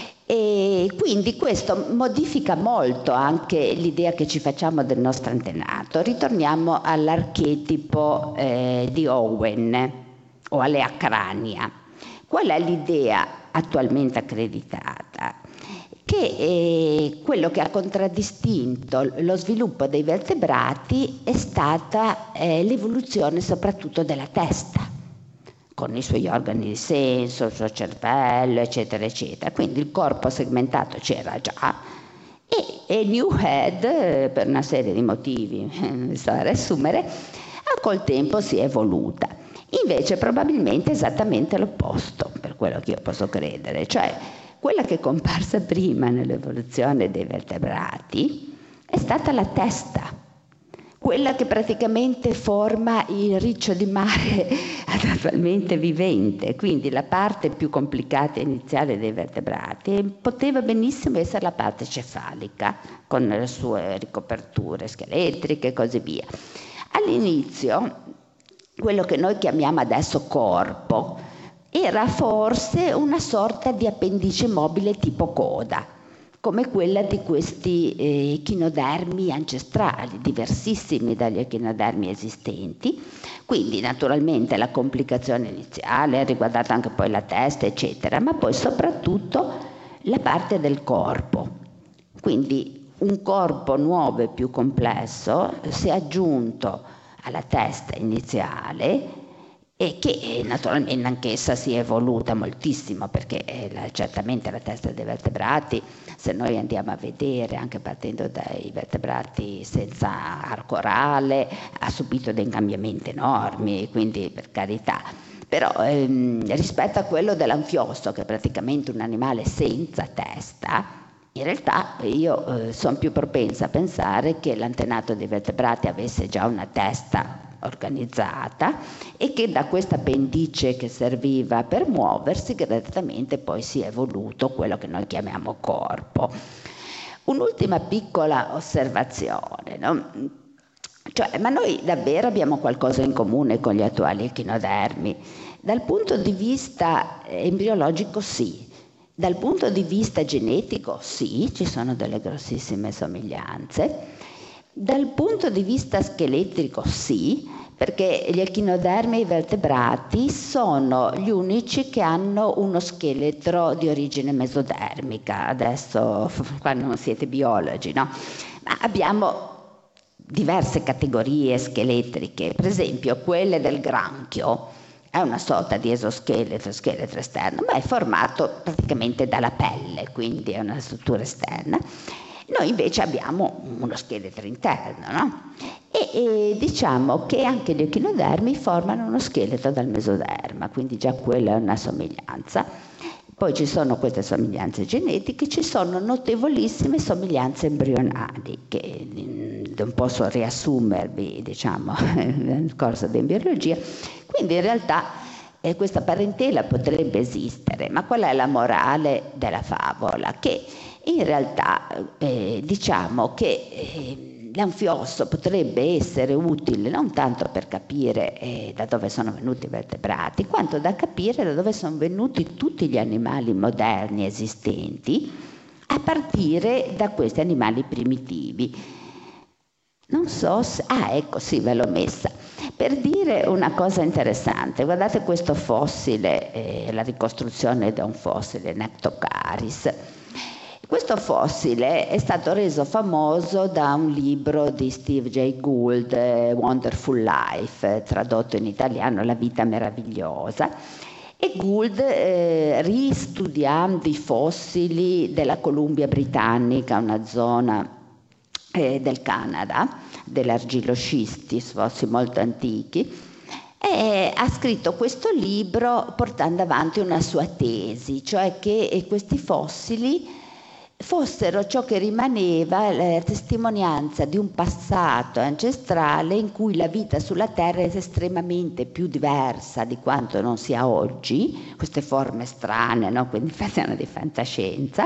E quindi questo modifica molto anche l'idea che ci facciamo del nostro antenato. Ritorniamo all'archetipo di Owen o all'Eacrania. Qual è l'idea attualmente accreditata? Che quello che ha contraddistinto lo sviluppo dei vertebrati è stata l'evoluzione soprattutto della testa, con i suoi organi di senso, il suo cervello, eccetera, eccetera. Quindi il corpo segmentato c'era già e New Head, per una serie di motivi, mi sto a riassumere, col tempo si è evoluta. Invece probabilmente esattamente l'opposto, per quello che io posso credere, cioè quella che è comparsa prima nell'evoluzione dei vertebrati è stata la testa, quella che praticamente forma il riccio di mare attualmente vivente, quindi la parte più complicata iniziale dei vertebrati poteva benissimo essere la parte cefalica, con le sue ricoperture scheletriche e così via. All'inizio, quello che noi chiamiamo adesso corpo era forse una sorta di appendice mobile tipo coda, come quella di questi echinodermi ancestrali, diversissimi dagli echinodermi esistenti. Quindi naturalmente la complicazione iniziale ha riguardato anche poi la testa, eccetera, ma poi soprattutto la parte del corpo. Quindi un corpo nuovo e più complesso si è aggiunto alla testa iniziale e che naturalmente anch'essa si è evoluta moltissimo, perché certamente la testa dei vertebrati, se noi andiamo a vedere anche partendo dai vertebrati senza arco orale, ha subito dei cambiamenti enormi, quindi per carità. Però rispetto a quello dell'anfiosso, che è praticamente un animale senza testa, in realtà io sono più propensa a pensare che l'antenato dei vertebrati avesse già una testa organizzata e che da questa appendice che serviva per muoversi gradatamente poi si è evoluto quello che noi chiamiamo corpo. Un'ultima piccola osservazione, no? Cioè, ma noi davvero abbiamo qualcosa in comune con gli attuali echinodermi? Dal punto di vista embriologico sì. Dal punto di vista genetico sì, ci sono delle grossissime somiglianze. Dal punto di vista scheletrico sì, perché gli echinodermi e i vertebrati sono gli unici che hanno uno scheletro di origine mesodermica. Adesso, qua non siete biologi, no? Ma abbiamo diverse categorie scheletriche, per esempio quelle del granchio. È una sorta di esoscheletro, scheletro esterno, ma è formato praticamente dalla pelle, quindi è una struttura esterna. Noi invece abbiamo uno scheletro interno, no? E diciamo che anche gli echinodermi formano uno scheletro dal mesoderma, quindi già quella è una somiglianza. Poi ci sono queste somiglianze genetiche, ci sono notevolissime somiglianze embrionali, che non posso riassumervi, diciamo, nel corso di embriologia. Quindi in realtà questa parentela potrebbe esistere, ma qual è la morale della favola? Che in realtà diciamo che l'anfiosso potrebbe essere utile non tanto per capire da dove sono venuti i vertebrati, quanto da capire da dove sono venuti tutti gli animali moderni esistenti, a partire da questi animali primitivi. Non so se... ecco, sì, ve l'ho messa. Per dire una cosa interessante, guardate questo fossile, la ricostruzione da un fossile, Nectocaris. Questo fossile è stato reso famoso da un libro di Steve Jay Gould, Wonderful Life, tradotto in italiano La vita meravigliosa. E Gould, ristudiando i fossili della Columbia Britannica, una zona del Canada, dell'argilloscisti, fossi molto antichi, ha scritto questo libro portando avanti una sua tesi, cioè che questi fossili fossero ciò che rimaneva la testimonianza di un passato ancestrale in cui la vita sulla Terra è estremamente più diversa di quanto non sia oggi, queste forme strane, no? Quindi facevano di fantascienza,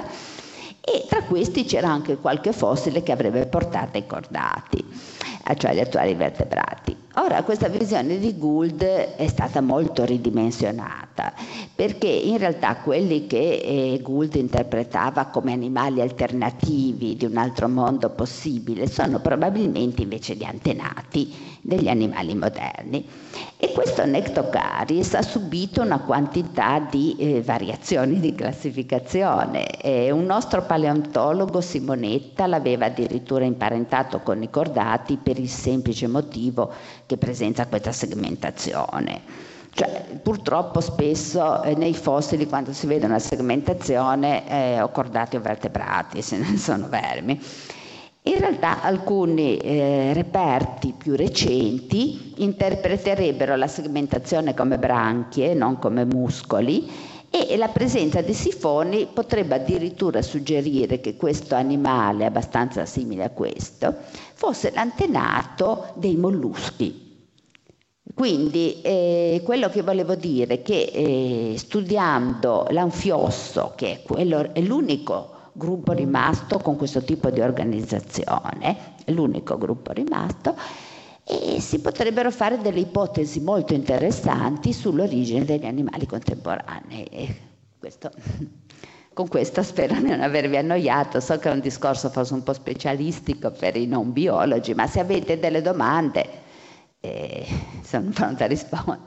e tra questi c'era anche qualche fossile che avrebbe portato ai cordati, cioè gli attuali vertebrati. Ora, questa visione di Gould è stata molto ridimensionata, perché in realtà quelli che Gould interpretava come animali alternativi di un altro mondo possibile sono probabilmente invece gli antenati degli animali moderni. E questo Nectocaris ha subito una quantità di variazioni di classificazione. Un nostro paleontologo, Simonetta, l'aveva addirittura imparentato con i cordati per il semplice motivo che presenta questa segmentazione. Cioè, purtroppo spesso nei fossili, quando si vede una segmentazione, o cordati o vertebrati, se ne sono vermi. In realtà alcuni reperti più recenti interpreterebbero la segmentazione come branchie, non come muscoli, e la presenza di sifoni potrebbe addirittura suggerire che questo animale, abbastanza simile a questo, fosse l'antenato dei molluschi. Quindi quello che volevo dire è che studiando l'anfiosso, che è l'unico gruppo rimasto con questo tipo di organizzazione, è l'unico gruppo rimasto, e si potrebbero fare delle ipotesi molto interessanti sull'origine degli animali contemporanei. E con questo spero di non avervi annoiato. So che è un discorso forse un po' specialistico per i non biologi, ma se avete delle domande sono pronta a rispondere.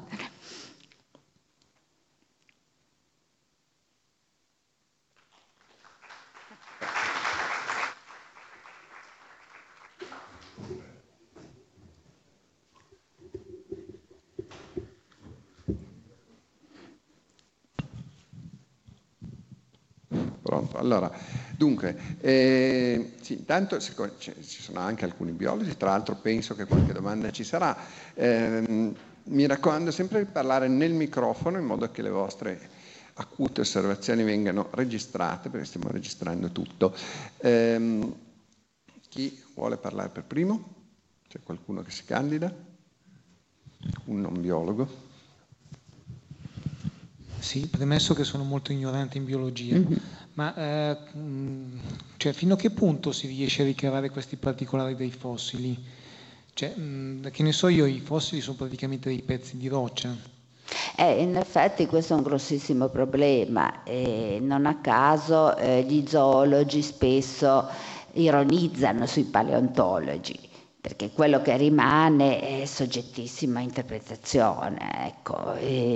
Pronto? Allora, dunque, sì, intanto ci sono anche alcuni biologi, tra l'altro penso che qualche domanda ci sarà. Mi raccomando sempre di parlare nel microfono in modo che le vostre acute osservazioni vengano registrate, perché stiamo registrando tutto. Chi vuole parlare per primo? C'è qualcuno che si candida? Un non biologo? Sì, premesso che sono molto ignorante in biologia, ma cioè, fino a che punto si riesce a ricavare questi particolari dai fossili? Cioè, che ne so io, i fossili sono praticamente dei pezzi di roccia. In effetti questo è un grossissimo problema, e non a caso gli zoologi spesso ironizzano sui paleontologi, perché quello che rimane è soggettissima interpretazione, ecco.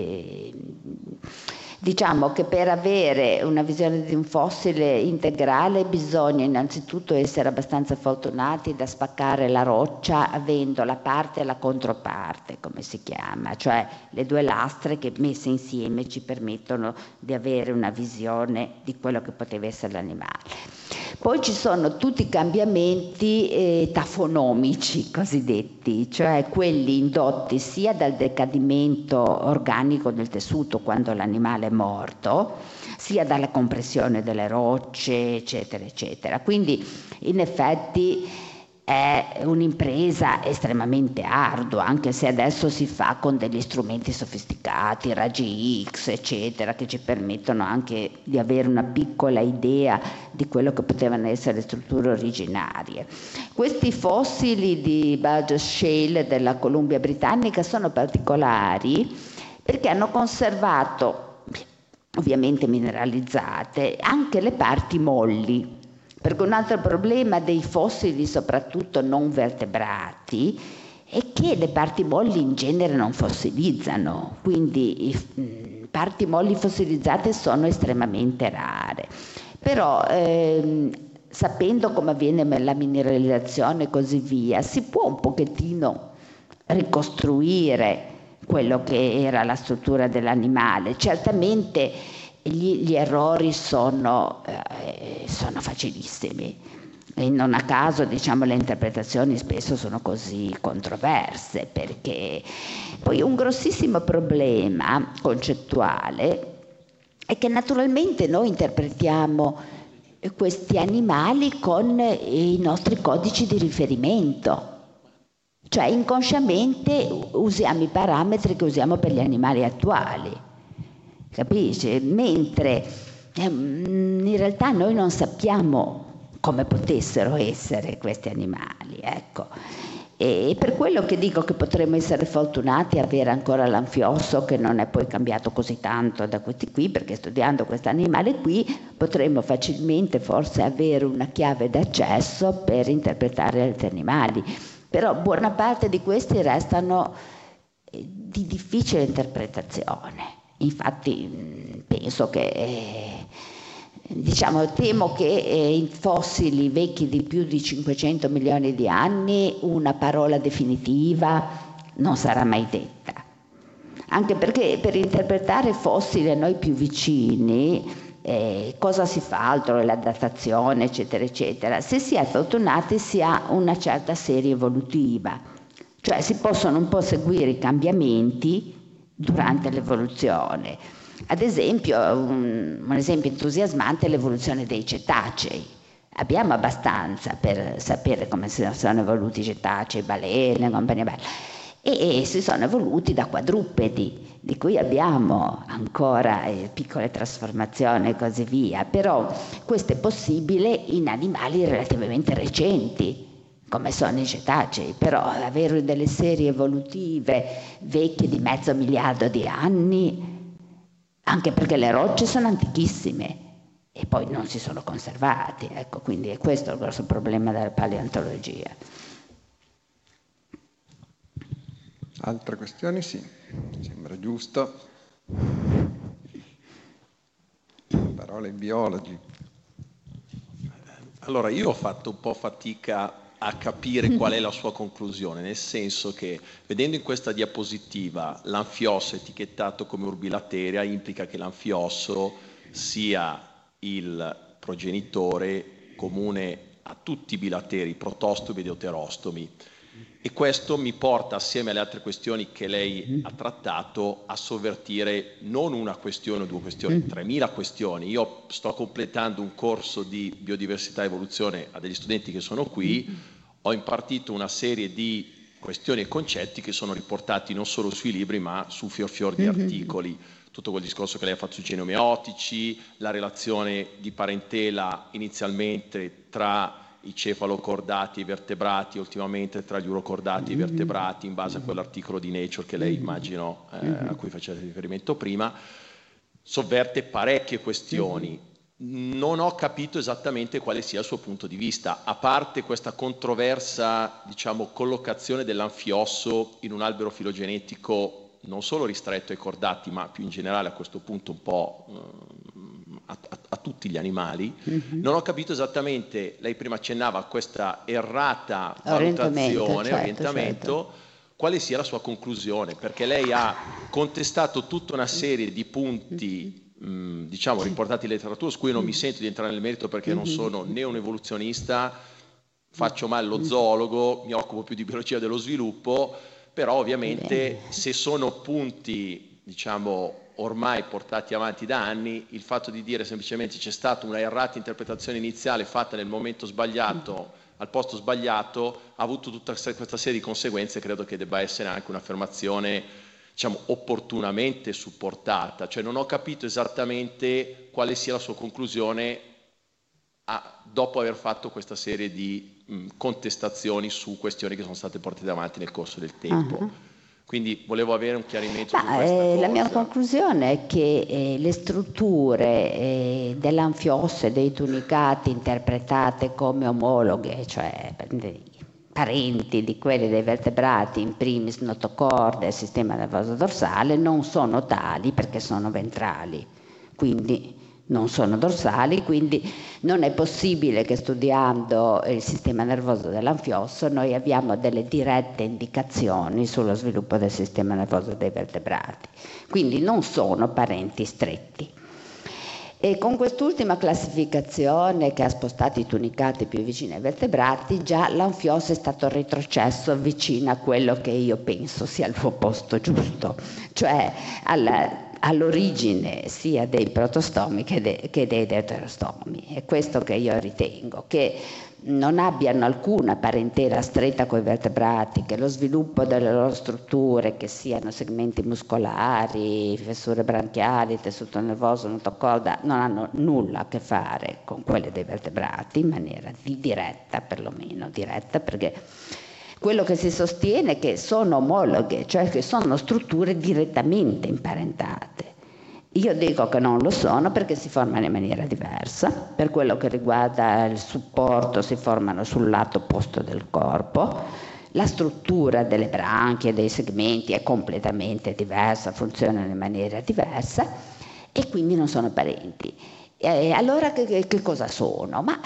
Diciamo che per avere una visione di un fossile integrale bisogna innanzitutto essere abbastanza fortunati da spaccare la roccia avendo la parte e la controparte, come si chiama, cioè le due lastre che messe insieme ci permettono di avere una visione di quello che poteva essere l'animale. Poi ci sono tutti i cambiamenti tafonomici cosiddetti, cioè quelli indotti sia dal decadimento organico del tessuto quando l'animale è morto, sia dalla compressione delle rocce, eccetera, eccetera. Quindi in effetti è un'impresa estremamente ardua, anche se adesso si fa con degli strumenti sofisticati, raggi X, eccetera, che ci permettono anche di avere una piccola idea di quello che potevano essere le strutture originarie. Questi fossili di Burgess Shale della Columbia Britannica sono particolari perché hanno conservato, ovviamente mineralizzate, anche le parti molli. Perché un altro problema dei fossili, soprattutto non vertebrati, è che le parti molli in genere non fossilizzano, quindi parti molli fossilizzate sono estremamente rare. Però sapendo come avviene la mineralizzazione e così via, si può un pochettino ricostruire quello che era la struttura dell'animale. Certamente gli errori sono facilissimi e non a caso, diciamo, le interpretazioni spesso sono così controverse, perché poi un grossissimo problema concettuale è che naturalmente noi interpretiamo questi animali con i nostri codici di riferimento, cioè inconsciamente usiamo i parametri che usiamo per gli animali attuali. Capisci? Mentre in realtà noi non sappiamo come potessero essere questi animali, ecco. E per quello che dico che potremmo essere fortunati a avere ancora l'anfiosso, che non è poi cambiato così tanto da questi qui, perché studiando questo animale qui potremmo facilmente forse avere una chiave d'accesso per interpretare altri animali. Però buona parte di questi restano di difficile interpretazione. Infatti penso che, temo che in fossili vecchi di più di 500 milioni di anni una parola definitiva non sarà mai detta. anche perché per interpretare fossili a noi più vicini, cosa si fa altro, la datazione eccetera eccetera, se si è fortunati si ha una certa serie evolutiva, cioè si possono un po' seguire i cambiamenti durante l'evoluzione. Ad esempio, un esempio entusiasmante è l'evoluzione dei cetacei. Abbiamo abbastanza per sapere come sono evoluti i cetacei, balene, compagnia bella, e si sono evoluti da quadrupedi, di cui abbiamo ancora piccole trasformazioni e così via, però questo è possibile in animali relativamente recenti, come sono i cetacei, però avere delle serie evolutive vecchie di 500 miliardi di anni, anche perché le rocce sono antichissime e poi non si sono conservati, ecco, quindi è questo il grosso problema della paleontologia. Altre questioni? Sì, sembra giusto. Parole ai biologi. Allora, io ho fatto un po' fatica a capire qual è la sua conclusione, nel senso che vedendo in questa diapositiva l'anfiosso etichettato come urbilateria implica che l'anfiosso sia il progenitore comune a tutti i bilateri, protostomi ed euterostomi. E questo mi porta, assieme alle altre questioni che lei ha trattato, a sovvertire non una questione o due questioni, 3000 questioni. Io sto completando un corso di biodiversità e evoluzione a degli studenti che sono qui, ho impartito una serie di questioni e concetti che sono riportati non solo sui libri ma su fior di articoli. Tutto quel discorso che lei ha fatto sui genomiotici, la relazione di parentela inizialmente tra i cefalocordati e i vertebrati, ultimamente tra gli urocordati e i vertebrati, in base a quell'articolo di Nature che lei immagino a cui faceva riferimento prima, sovverte parecchie questioni. Non ho capito esattamente quale sia il suo punto di vista, a parte questa controversa, diciamo, collocazione dell'anfiosso in un albero filogenetico non solo ristretto ai cordati, ma più in generale a questo punto un po' a tutti gli animali. Non ho capito esattamente, lei prima accennava a questa errata valutazione, orientamento, quale sia la sua conclusione, perché lei ha contestato tutta una serie di punti diciamo riportati in letteratura, su cui non mi sento di entrare nel merito perché non sono né un evoluzionista, faccio male lo zoologo, mi occupo più di biologia dello sviluppo, però ovviamente se sono punti, diciamo, ormai portati avanti da anni, il fatto di dire semplicemente c'è stata una errata interpretazione iniziale fatta nel momento sbagliato, al posto sbagliato, ha avuto tutta questa serie di conseguenze, credo che debba essere anche un'affermazione, diciamo, opportunamente supportata. Cioè non ho capito esattamente quale sia la sua conclusione dopo aver fatto questa serie di contestazioni su questioni che sono state portate avanti nel corso del tempo. Quindi volevo avere un chiarimento su questa cosa. La mia conclusione è che le strutture dell'anfiosso e dei tunicati interpretate come omologhe, cioè parenti di quelle dei vertebrati, in primis notocorde e sistema nervoso dorsale, non sono tali perché sono ventrali, quindi non sono dorsali, quindi non è possibile che studiando il sistema nervoso dell'anfiosso noi abbiamo delle dirette indicazioni sullo sviluppo del sistema nervoso dei vertebrati, quindi non sono parenti stretti. E con quest'ultima classificazione che ha spostato i tunicati più vicini ai vertebrati, già l'anfiosso è stato retrocesso vicino a quello che io penso sia il suo posto giusto, cioè all'origine sia dei protostomi che dei deuterostomi. È questo che io ritengo, che non abbiano alcuna parentela stretta con i vertebrati, che lo sviluppo delle loro strutture, che siano segmenti muscolari, fessure branchiali, tessuto nervoso, notocorda, non hanno nulla a che fare con quelle dei vertebrati, in maniera diretta, perlomeno diretta, perché quello che si sostiene è che sono omologhe, cioè che sono strutture direttamente imparentate. Io dico che non lo sono perché si formano in maniera diversa. Per quello che riguarda il supporto si formano sul lato opposto del corpo. La struttura delle branchie, dei segmenti è completamente diversa, funzionano in maniera diversa e quindi non sono parenti. Allora che cosa sono? Ma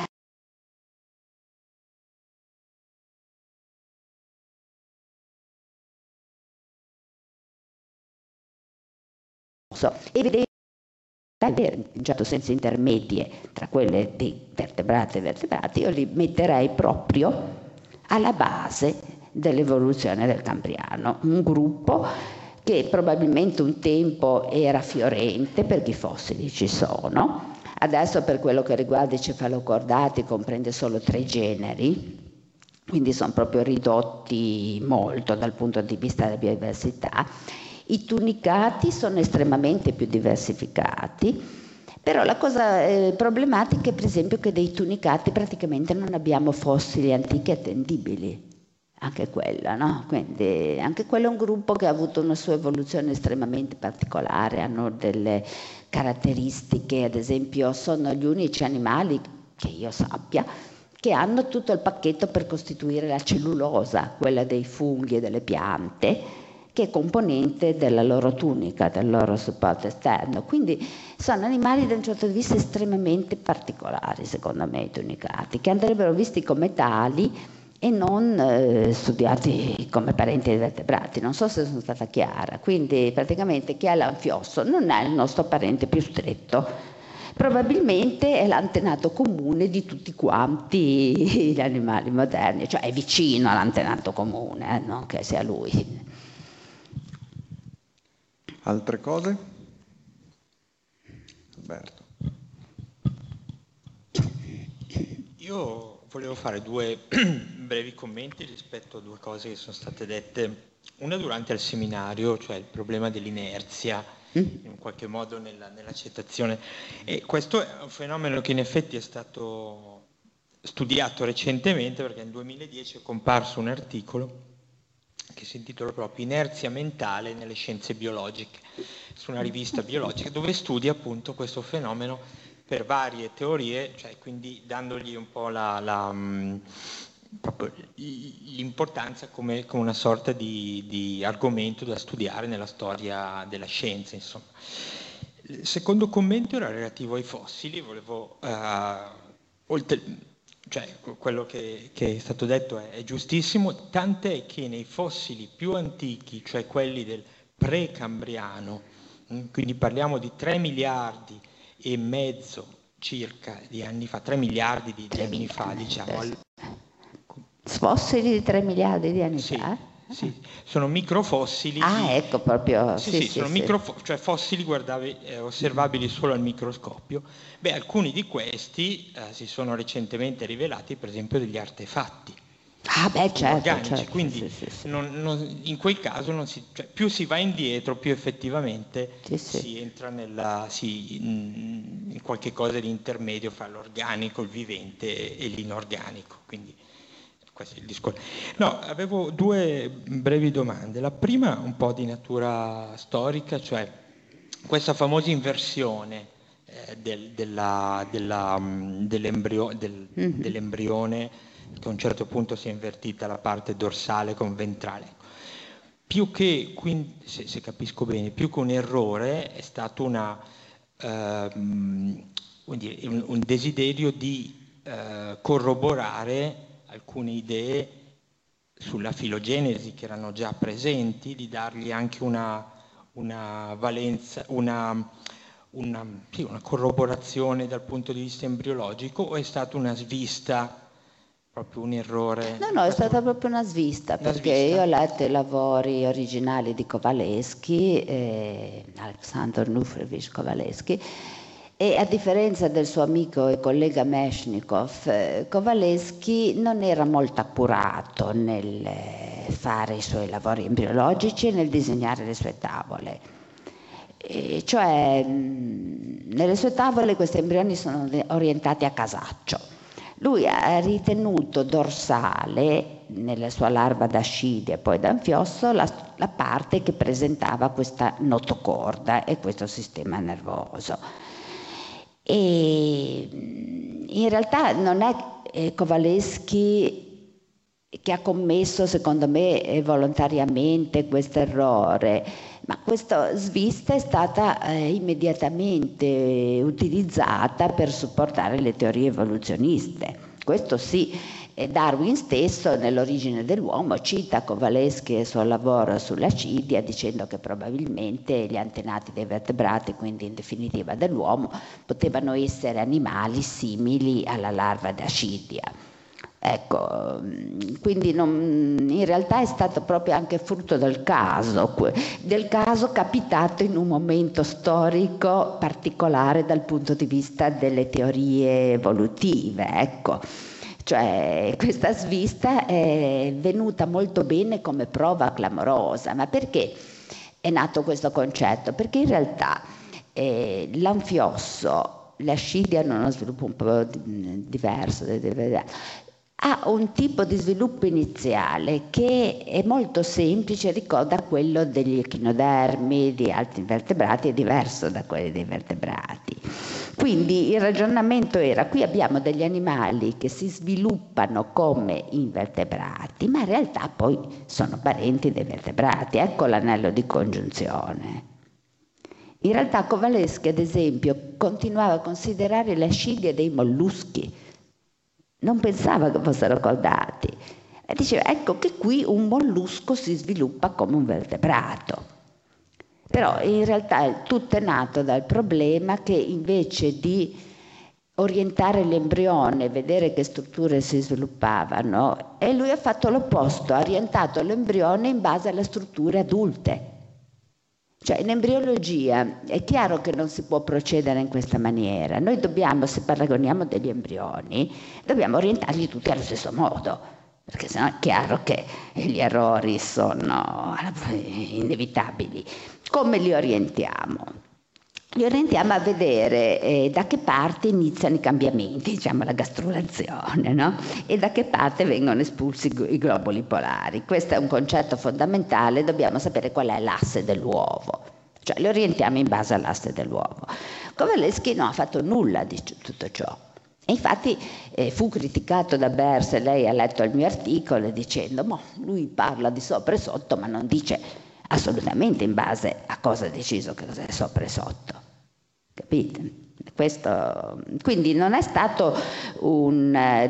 e vedeva in un certo senso intermedie tra quelle dei vertebrati e vertebrati, io li metterei proprio alla base dell'evoluzione del Cambriano, un gruppo che probabilmente un tempo era fiorente perché i fossili ci sono, adesso per quello che riguarda i cefalocordati comprende solo 3 generi, quindi sono proprio ridotti molto dal punto di vista della biodiversità. I tunicati sono estremamente più diversificati, però la cosa problematica è per esempio che dei tunicati praticamente non abbiamo fossili antichi attendibili, anche quella, no? Quindi anche quello è un gruppo che ha avuto una sua evoluzione estremamente particolare, hanno delle caratteristiche, ad esempio sono gli unici animali che io sappia che hanno tutto il pacchetto per costituire la cellulosa, quella dei funghi e delle piante, che è componente della loro tunica, del loro supporto esterno. Quindi sono animali da un certo punto di vista estremamente particolari, secondo me, i tunicati, che andrebbero visti come tali e non studiati come parenti dei vertebrati. Non so se sono stata chiara. Quindi praticamente chi ha l'anfiosso non è il nostro parente più stretto, probabilmente è l'antenato comune di tutti quanti gli animali moderni, cioè è vicino all'antenato comune, non che sia lui. Altre cose? Alberto. Io volevo fare 2 brevi commenti rispetto a 2 cose che sono state dette. Una durante il seminario, cioè il problema dell'inerzia, in qualche modo nell'accettazione. E questo è un fenomeno che in effetti è stato studiato recentemente, perché nel 2010 è comparso un articolo che si intitola proprio Inerzia mentale nelle scienze biologiche, su una rivista biologica, dove studia appunto questo fenomeno per varie teorie, cioè quindi dandogli un po' proprio l'importanza come una sorta di argomento da studiare nella storia della scienza, insomma. Il secondo commento era relativo ai fossili, volevo cioè quello che è stato detto è giustissimo, tant'è che nei fossili più antichi, cioè quelli del precambriano, quindi parliamo di 3 miliardi e mezzo circa di anni fa, 3 miliardi di anni fa, diciamo. Fossili di 3 miliardi di anni fa? Sì, sono microfossili. Ecco, proprio. Sì, sono cioè fossili osservabili solo al microscopio. Beh, alcuni di questi si sono recentemente rivelati, per esempio, degli artefatti organici. Certo. Quindi in quel caso più si va indietro, più effettivamente si entra in qualche cosa di intermedio fra l'organico, il vivente e l'inorganico. Quindi questo è il discorso. No, avevo 2 brevi domande. La prima un po' di natura storica, cioè questa famosa inversione dell'embrione, che a un certo punto si è invertita la parte dorsale con ventrale. Più che, quindi, se capisco bene, più che un errore è stato un desiderio di corroborare alcune idee sulla filogenesi che erano già presenti, di dargli anche una valenza, una corroborazione dal punto di vista embriologico, o è stata una svista, proprio un errore? No, è stata proprio una svista, perché io ho letto i lavori originali di Kowalewski, Alexander Nufrevich Kowalewski, e a differenza del suo amico e collega Meshnikov, Kowalewski non era molto accurato nel fare i suoi lavori embriologici e nel disegnare le sue tavole. Cioè, nelle sue tavole questi embrioni sono orientati a casaccio. Lui ha ritenuto dorsale, nella sua larva d'ascidia e poi d'anfiosso, la parte che presentava questa notocorda e questo sistema nervoso. E in realtà non è Kowalewski che ha commesso, secondo me, volontariamente questo errore, ma questa svista è stata immediatamente utilizzata per supportare le teorie evoluzioniste. Questo sì, Darwin stesso nell'Origine dell'uomo cita Kowalewski e il suo lavoro sull'acidia, dicendo che probabilmente gli antenati dei vertebrati, quindi in definitiva dell'uomo, potevano essere animali simili alla larva d'acidia. Ecco, quindi in realtà è stato proprio anche frutto del caso capitato in un momento storico particolare dal punto di vista delle teorie evolutive, ecco. Cioè questa svista è venuta molto bene come prova clamorosa. Ma perché è nato questo concetto? Perché in realtà l'anfiosso, l'ascidia hanno uno sviluppo un po' diverso, ha un tipo di sviluppo iniziale che è molto semplice, ricorda quello degli echinodermi, di altri invertebrati, è diverso da quelli dei vertebrati. Quindi il ragionamento era: qui abbiamo degli animali che si sviluppano come invertebrati, ma in realtà poi sono parenti dei vertebrati. Ecco l'anello di congiunzione. In realtà Kowalewski, ad esempio, continuava a considerare le ascidie dei molluschi, non pensava che fossero codati, e diceva: ecco che qui un mollusco si sviluppa come un vertebrato. Però in realtà tutto è nato dal problema che invece di orientare l'embrione, vedere che strutture si sviluppavano, e lui ha fatto l'opposto, ha orientato l'embrione in base alle strutture adulte. Cioè in embriologia è chiaro che non si può procedere in questa maniera. Noi dobbiamo, se paragoniamo degli embrioni, dobbiamo orientarli tutti allo stesso modo, perché sennò è chiaro che gli errori sono inevitabili. Come li orientiamo? Li orientiamo a vedere da che parte iniziano i cambiamenti, diciamo la gastrulazione, no? E da che parte vengono espulsi i globuli polari. Questo è un concetto fondamentale, dobbiamo sapere qual è l'asse dell'uovo, cioè li orientiamo in base all'asse dell'uovo. Kowalewski non ha fatto nulla di tutto ciò. E infatti fu criticato da Beer, se lei ha letto il mio articolo, dicendo: lui parla di sopra e sotto, ma non dice assolutamente in base a cosa ha deciso che cos'è sopra e sotto. Capite? Questo, quindi non è stato una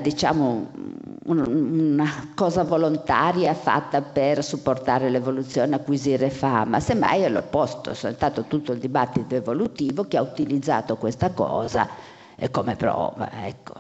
cosa volontaria fatta per supportare l'evoluzione, acquisire fama, semmai è l'opposto, è stato tutto il dibattito evolutivo che ha utilizzato questa cosa come prova, ecco.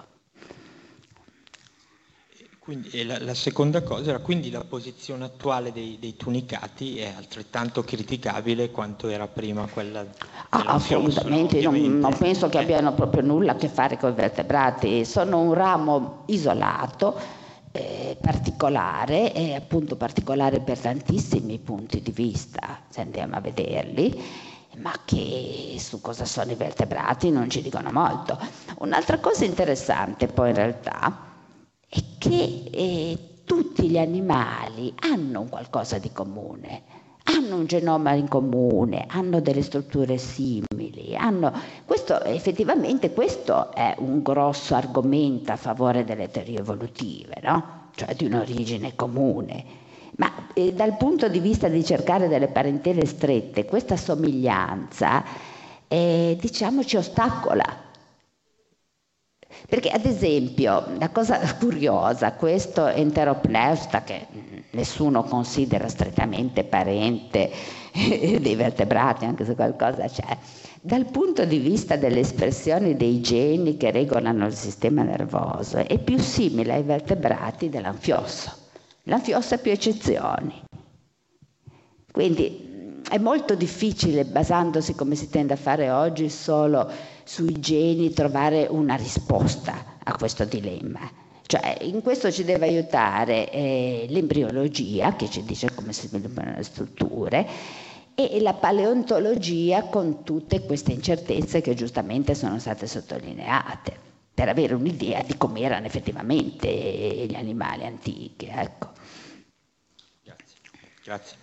Quindi, la seconda cosa era quindi la posizione attuale dei tunicati è altrettanto criticabile quanto era prima quella assolutamente, non penso che abbiano proprio nulla a che fare con i vertebrati, sono un ramo isolato, particolare, e appunto particolare per tantissimi punti di vista, se andiamo a vederli, ma che su cosa sono i vertebrati non ci dicono molto. Un'altra cosa interessante poi in realtà è che tutti gli animali hanno un qualcosa di comune, hanno un genoma in comune, hanno delle strutture simili, effettivamente questo è un grosso argomento a favore delle teorie evolutive, no? Cioè di un'origine comune. Ma dal punto di vista di cercare delle parentele strette, questa somiglianza ci ostacola. Perché ad esempio, la cosa curiosa, questo Enteropneusta, che nessuno considera strettamente parente dei vertebrati, anche se qualcosa c'è, dal punto di vista delle espressioni dei geni che regolano il sistema nervoso, è più simile ai vertebrati dell'anfiosso. L'anfiosso ha più eccezioni. Quindi è molto difficile, basandosi come si tende a fare oggi solo sui geni, trovare una risposta a questo dilemma. Cioè, in questo ci deve aiutare l'embriologia, che ci dice come si sviluppano le strutture, e la paleontologia, con tutte queste incertezze che giustamente sono state sottolineate, per avere un'idea di come erano effettivamente gli animali antichi. Ecco. Grazie.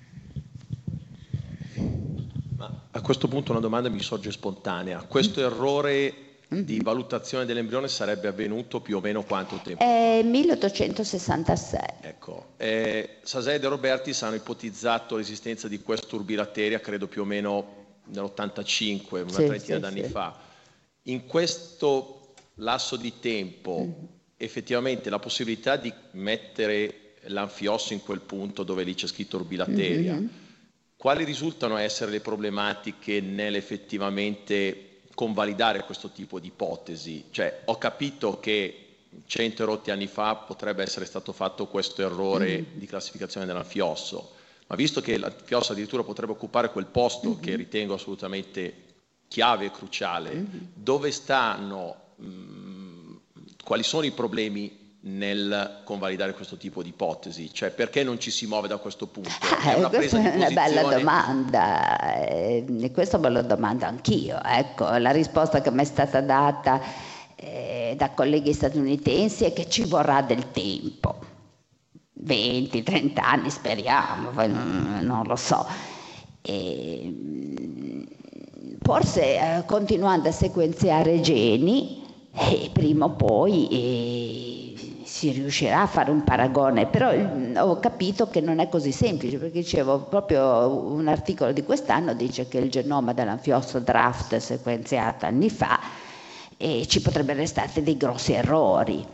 A questo punto una domanda mi sorge spontanea. Questo errore di valutazione dell'embrione sarebbe avvenuto più o meno quanto tempo? 1866. Ecco, Sasè e De Robertis hanno ipotizzato l'esistenza di questa urbilateria, credo più o meno nell'85, una trentina d'anni fa. In questo lasso di tempo effettivamente la possibilità di mettere l'anfiosso in quel punto dove lì c'è scritto orbilateria, quali risultano essere le problematiche nell'effettivamente convalidare questo tipo di ipotesi? Cioè, ho capito che 100 rotti anni fa potrebbe essere stato fatto questo errore di classificazione dell'anfiosso, ma visto che l'anfiosso addirittura potrebbe occupare quel posto che ritengo assolutamente chiave e cruciale, dove stanno, quali sono i problemi nel convalidare questo tipo di ipotesi? Cioè, perché non ci si muove da questo punto? È una presa di posizione... Questa è una bella domanda, e questo me lo domando anch'io. Ecco, la risposta che mi è stata data da colleghi statunitensi è che ci vorrà del tempo, 20-30 anni speriamo, non lo so. Forse continuando a sequenziare geni, prima o poi si riuscirà a fare un paragone, però ho capito che non è così semplice, perché dicevo, proprio un articolo di quest'anno dice che il genoma dell'anfiosso draft sequenziato anni fa ci potrebbero essere dei grossi errori,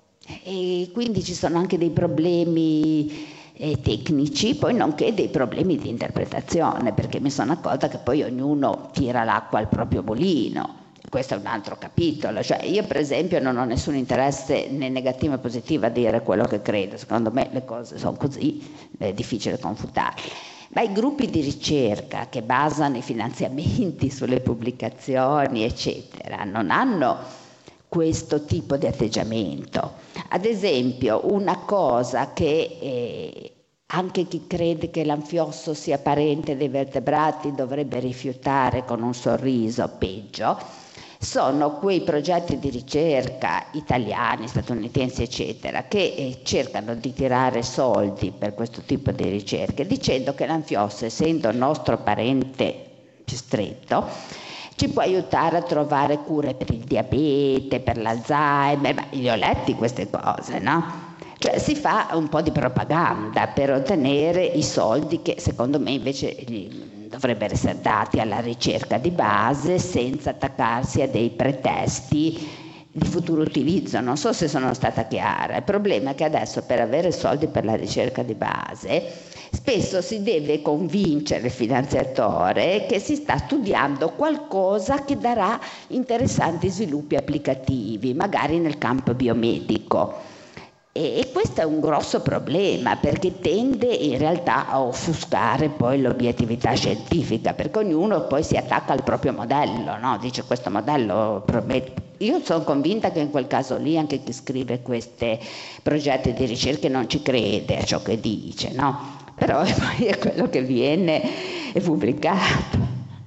e quindi ci sono anche dei problemi tecnici, poi nonché dei problemi di interpretazione, perché mi sono accorta che poi ognuno tira l'acqua al proprio mulino. Questo è un altro capitolo, cioè io per esempio non ho nessun interesse né negativo né positivo a dire quello che credo, secondo me le cose sono così, è difficile confutarle, ma i gruppi di ricerca che basano i finanziamenti sulle pubblicazioni eccetera non hanno questo tipo di atteggiamento. Ad esempio, una cosa che anche chi crede che l'anfiosso sia parente dei vertebrati dovrebbe rifiutare con un sorriso, peggio, sono quei progetti di ricerca italiani, statunitensi, eccetera, che cercano di tirare soldi per questo tipo di ricerche, dicendo che l'anfiosso, essendo il nostro parente più stretto, ci può aiutare a trovare cure per il diabete, per l'Alzheimer. Ma li ho letti queste cose, no? Cioè si fa un po' di propaganda per ottenere i soldi che secondo me invece dovrebbero essere dati alla ricerca di base senza attaccarsi a dei pretesti di futuro utilizzo. Non so se sono stata chiara. Il problema è che adesso per avere soldi per la ricerca di base spesso si deve convincere il finanziatore che si sta studiando qualcosa che darà interessanti sviluppi applicativi, magari nel campo biomedico. E questo è un grosso problema, perché tende in realtà a offuscare poi l'obiettività scientifica, perché ognuno poi si attacca al proprio modello, no? Dice questo modello promette. Io sono convinta che in quel caso lì anche chi scrive questi progetti di ricerca non ci crede a ciò che dice, no? Però poi è quello che viene pubblicato.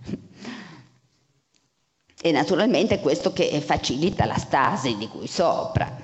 E naturalmente questo che facilita la stasi di cui sopra.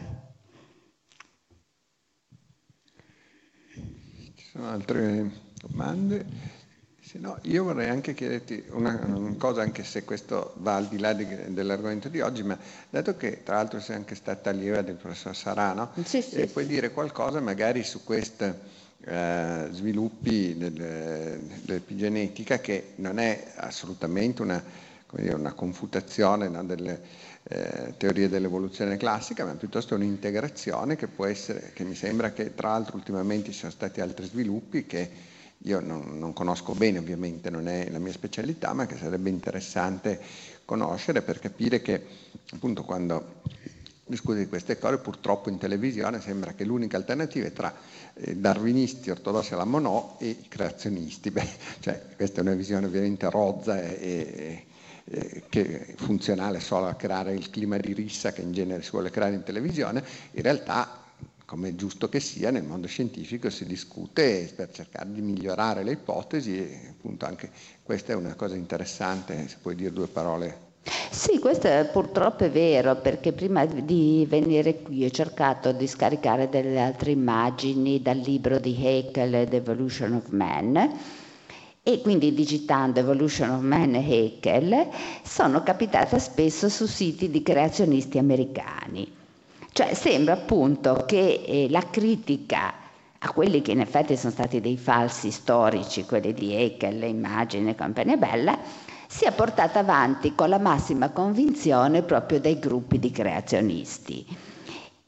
Sono altre domande? Se no, io vorrei anche chiederti una cosa, anche se questo va al di là dell'argomento di oggi, ma dato che tra l'altro sei anche stata allieva del professor Sarano, sì. Puoi dire qualcosa magari su questi sviluppi dell'epigenetica, che non è assolutamente una confutazione, no, delle teorie dell'evoluzione classica, ma piuttosto un'integrazione che può essere, che mi sembra che tra l'altro ultimamente ci sono stati altri sviluppi che io non conosco bene, ovviamente non è la mia specialità, ma che sarebbe interessante conoscere per capire che appunto quando discute di queste cose purtroppo in televisione sembra che l'unica alternativa è tra darwinisti ortodossi alla Monod e i creazionisti. Cioè, questa è una visione ovviamente rozza che è funzionale solo a creare il clima di rissa che in genere si vuole creare in televisione. In realtà, come è giusto che sia, nel mondo scientifico si discute per cercare di migliorare le ipotesi, e appunto anche questa è una cosa interessante, se puoi dire due parole. Sì, questo purtroppo è vero, perché prima di venire qui ho cercato di scaricare delle altre immagini dal libro di Haeckel, The Evolution of Man, e quindi digitando Evolution of Man e Haeckel sono capitata spesso su siti di creazionisti americani. Cioè sembra appunto che la critica a quelli che in effetti sono stati dei falsi storici, quelli di Haeckel, le immagini e compagnia bella, sia portata avanti con la massima convinzione proprio dai gruppi di creazionisti.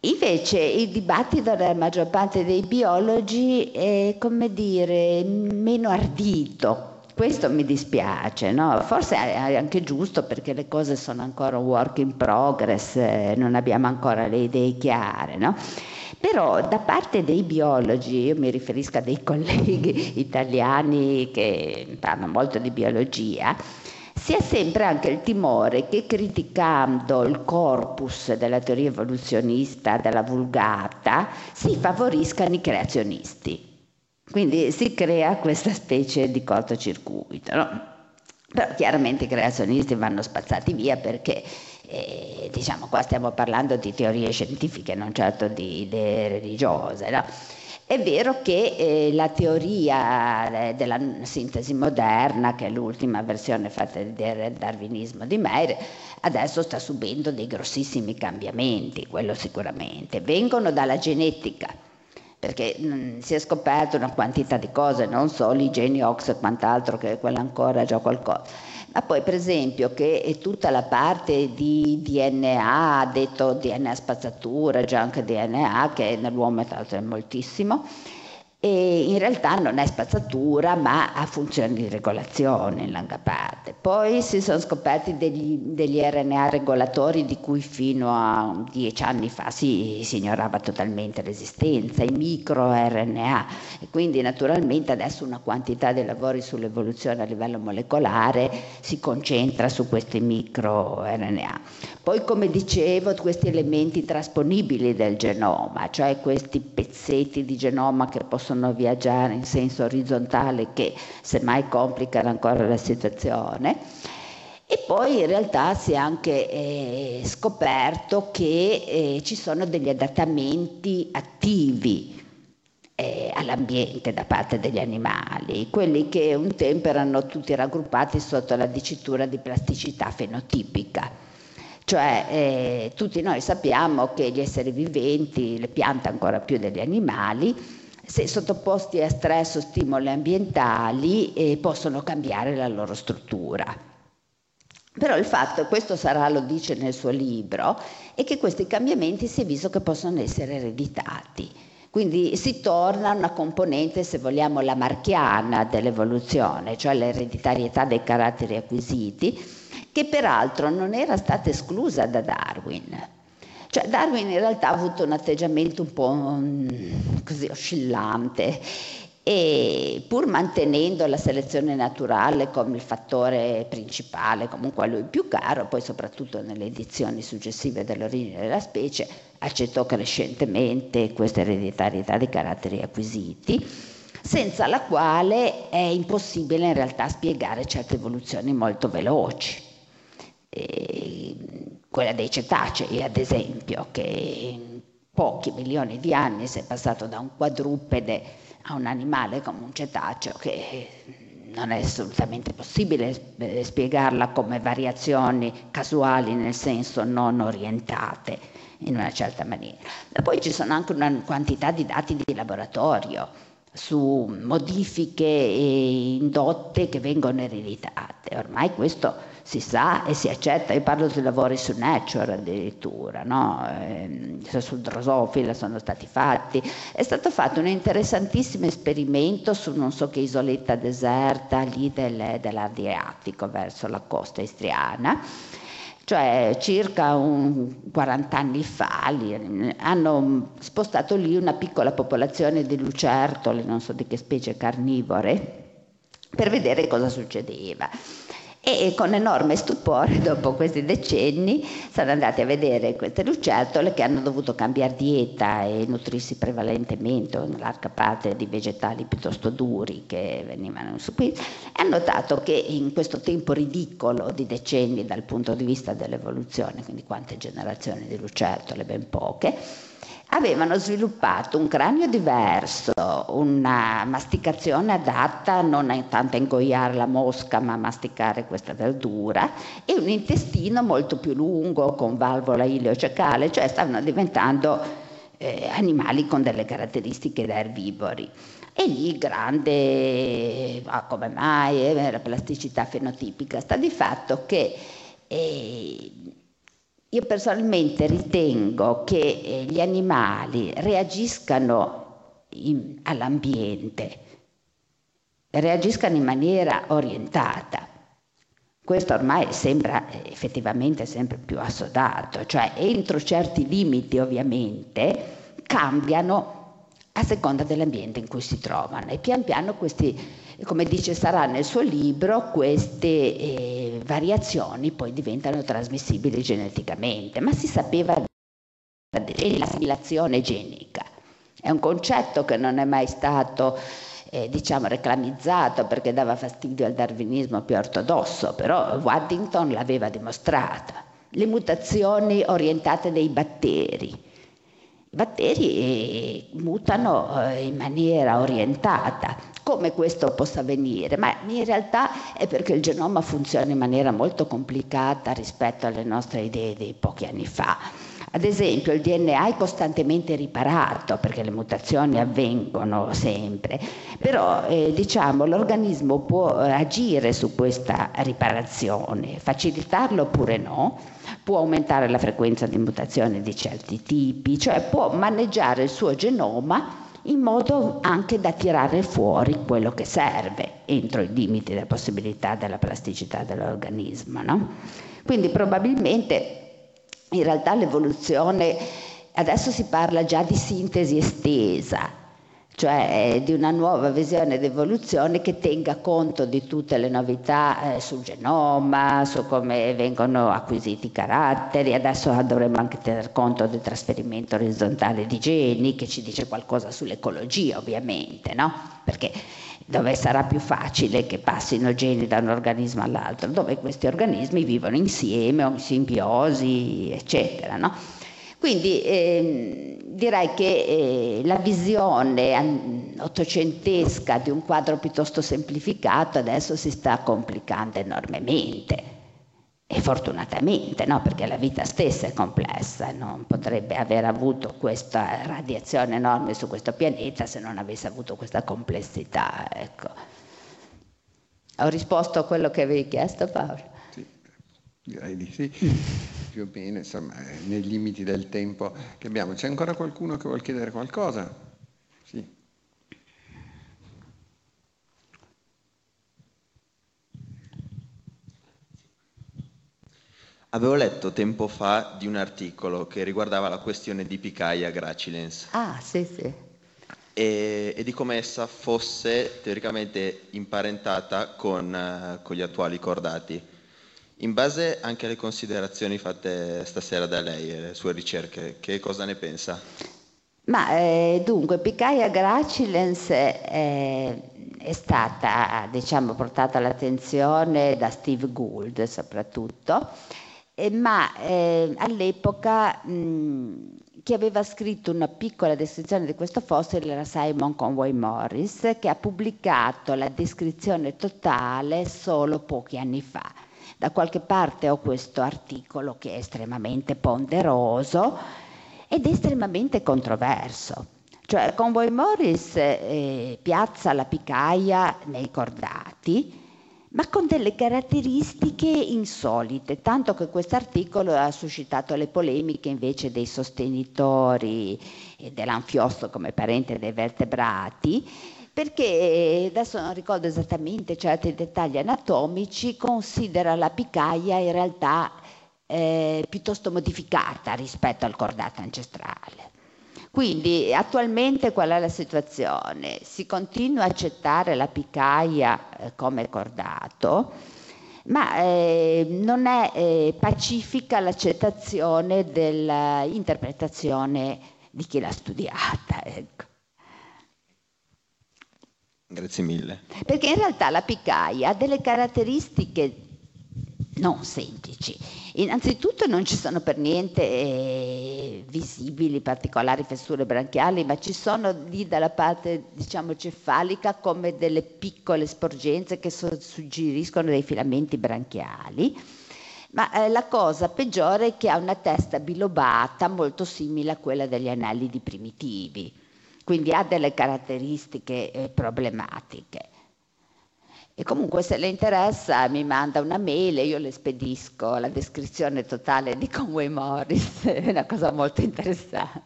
Invece il dibattito della maggior parte dei biologi è, come dire, meno ardito. Questo mi dispiace, no? Forse è anche giusto perché le cose sono ancora un work in progress, non abbiamo ancora le idee chiare, no? Però da parte dei biologi, io mi riferisco a dei colleghi italiani che parlano molto di biologia, si ha sempre anche il timore che criticando il corpus della teoria evoluzionista, della vulgata, si favoriscano i creazionisti. Quindi si crea questa specie di cortocircuito, no? Però chiaramente i creazionisti vanno spazzati via perché diciamo qua stiamo parlando di teorie scientifiche, non certo di idee religiose, no? È vero che la teoria della sintesi moderna, che è l'ultima versione fatta del darwinismo di Meyer, adesso sta subendo dei grossissimi cambiamenti, quello sicuramente. Vengono dalla genetica, perché si è scoperto una quantità di cose, non solo i geni OX e quant'altro, che quella ancora già qualcosa, ma poi per esempio che è tutta la parte di DNA, detto DNA spazzatura, junk DNA, che nell'uomo tra l'altro è moltissimo, e in realtà non è spazzatura ma ha funzioni di regolazione in larga parte. Poi si sono scoperti degli RNA regolatori di cui fino a 10 anni fa si ignorava totalmente l'esistenza, i microRNA, e quindi naturalmente adesso una quantità di lavori sull'evoluzione a livello molecolare si concentra su questi microRNA. Poi, come dicevo, questi elementi trasponibili del genoma, cioè questi pezzetti di genoma che possono viaggiare in senso orizzontale, che semmai complicano ancora la situazione. E poi in realtà si è anche scoperto che ci sono degli adattamenti attivi all'ambiente da parte degli animali, quelli che un tempo erano tutti raggruppati sotto la dicitura di plasticità fenotipica. Cioè tutti noi sappiamo che gli esseri viventi, le piante ancora più degli animali, se sottoposti a stress o stimoli ambientali possono cambiare la loro struttura. Però il fatto, e questo Sarà lo dice nel suo libro, è che questi cambiamenti si è visto che possono essere ereditati. Quindi si torna a una componente, se vogliamo, lamarckiana dell'evoluzione, cioè l'ereditarietà dei caratteri acquisiti, che peraltro non era stata esclusa da Darwin. Cioè Darwin in realtà ha avuto un atteggiamento un po' così oscillante, e pur mantenendo la selezione naturale come il fattore principale, comunque a lui più caro, poi soprattutto nelle edizioni successive dell'origine della specie, accettò crescentemente questa ereditarietà dei caratteri acquisiti, senza la quale è impossibile in realtà spiegare certe evoluzioni molto veloci. Quella dei cetacei, ad esempio, che in pochi milioni di anni si è passato da un quadrupede a un animale come un cetaceo, che non è assolutamente possibile spiegarla come variazioni casuali, nel senso non orientate in una certa maniera. Ma poi ci sono anche una quantità di dati di laboratorio su modifiche indotte che vengono ereditate. Ormai questo si sa e si accetta. Io parlo di lavori su Nature addirittura, no? Sul Drosophila sono stati fatti. È stato fatto un interessantissimo esperimento su non so che isoletta deserta lì dell'Adriatico verso la costa istriana, cioè circa 40 anni fa hanno spostato lì una piccola popolazione di lucertole, non so di che specie, carnivore, per vedere cosa succedeva. E con enorme stupore, dopo questi decenni, sono andati a vedere queste lucertole che hanno dovuto cambiare dieta e nutrirsi prevalentemente in larga parte di vegetali piuttosto duri che venivano su qui, e hanno notato che in questo tempo ridicolo di decenni dal punto di vista dell'evoluzione, quindi quante generazioni di lucertole, ben poche, avevano sviluppato un cranio diverso, una masticazione adatta non tanto a ingoiare la mosca ma a masticare questa verdura, e un intestino molto più lungo con valvola ileocecale, cioè stavano diventando animali con delle caratteristiche da erbivori. E lì il grande, come mai, la plasticità fenotipica sta di fatto che Io personalmente ritengo che gli animali reagiscano all'ambiente, reagiscano in maniera orientata. Questo ormai sembra effettivamente sempre più assodato, cioè entro certi limiti ovviamente cambiano a seconda dell'ambiente in cui si trovano e pian piano questi, come dice Sarà nel suo libro, queste variazioni poi diventano trasmissibili geneticamente, ma si sapeva l'assimilazione genica. È un concetto che non è mai stato reclamizzato perché dava fastidio al darwinismo più ortodosso, però Waddington l'aveva dimostrato. Le mutazioni orientate dei batteri. I batteri mutano in maniera orientata. Come questo possa avvenire? Ma in realtà è perché il genoma funziona in maniera molto complicata rispetto alle nostre idee di pochi anni fa. Ad esempio il DNA è costantemente riparato perché le mutazioni avvengono sempre, però l'organismo può agire su questa riparazione, facilitarlo oppure no, può aumentare la frequenza di mutazioni di certi tipi, cioè può maneggiare il suo genoma in modo anche da tirare fuori quello che serve entro i limiti della possibilità della plasticità dell'organismo, no? Quindi probabilmente in realtà l'evoluzione, adesso si parla già di sintesi estesa, cioè di una nuova visione d'evoluzione che tenga conto di tutte le novità sul genoma, su come vengono acquisiti i caratteri. Adesso dovremmo anche tener conto del trasferimento orizzontale di geni, che ci dice qualcosa sull'ecologia ovviamente, no? Perché dove sarà più facile che passino geni da un organismo all'altro, dove questi organismi vivono insieme o in simbiosi, eccetera, no? Quindi direi che la visione ottocentesca di un quadro piuttosto semplificato adesso si sta complicando enormemente. E fortunatamente, no? Perché la vita stessa è complessa, non potrebbe aver avuto questa radiazione enorme su questo pianeta se non avesse avuto questa complessità. Ecco. Ho risposto a quello che avevi chiesto, Paolo? Sì, direi di sì, più o meno, insomma, nei limiti del tempo che abbiamo. C'è ancora qualcuno che vuol chiedere qualcosa? Sì. Avevo letto tempo fa di un articolo che riguardava la questione di Picaia gracilens. Ah, sì, sì. E di come essa fosse teoricamente imparentata con gli attuali cordati. In base anche alle considerazioni fatte stasera da lei e le sue ricerche, che cosa ne pensa? Ma dunque, Picaia gracilens è stata, portata all'attenzione da Steve Gould soprattutto, ma all'epoca chi aveva scritto una piccola descrizione di questo fossile era Simon Conway Morris, che ha pubblicato la descrizione totale solo pochi anni fa. Da qualche parte ho questo articolo che è estremamente ponderoso ed è estremamente controverso. Cioè Conway Morris piazza la Picaia nei cordati, ma con delle caratteristiche insolite, tanto che questo articolo ha suscitato le polemiche invece dei sostenitori dell'anfiosto come parente dei vertebrati, perché adesso non ricordo esattamente certi dettagli anatomici, considera la Picaia in realtà piuttosto modificata rispetto al cordato ancestrale. Quindi attualmente qual è la situazione? Si continua a accettare la Picaia come cordato, ma non è pacifica l'accettazione dell'interpretazione di chi l'ha studiata. Ecco. Grazie mille. Perché in realtà la Picaia ha delle caratteristiche non semplici. Innanzitutto non ci sono per niente visibili particolari fessure branchiali, ma ci sono lì dalla parte cefalica come delle piccole sporgenze che suggeriscono dei filamenti branchiali. Ma la cosa peggiore è che ha una testa bilobata molto simile a quella degli annelidi primitivi, quindi ha delle caratteristiche problematiche. E comunque se le interessa mi manda una mail e io le spedisco la descrizione totale di Conway Morris, è una cosa molto interessante.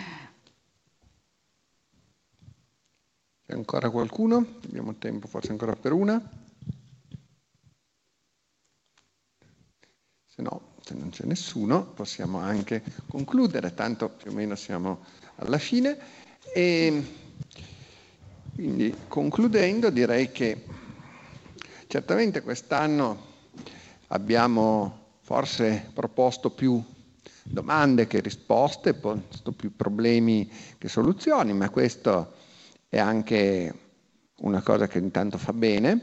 C'è ancora qualcuno? Abbiamo tempo forse ancora per una? Se no, se non c'è nessuno, possiamo anche concludere, tanto più o meno siamo alla fine. E quindi concludendo direi che certamente quest'anno abbiamo forse proposto più domande che risposte, posto più problemi che soluzioni, ma questo è anche una cosa che intanto fa bene,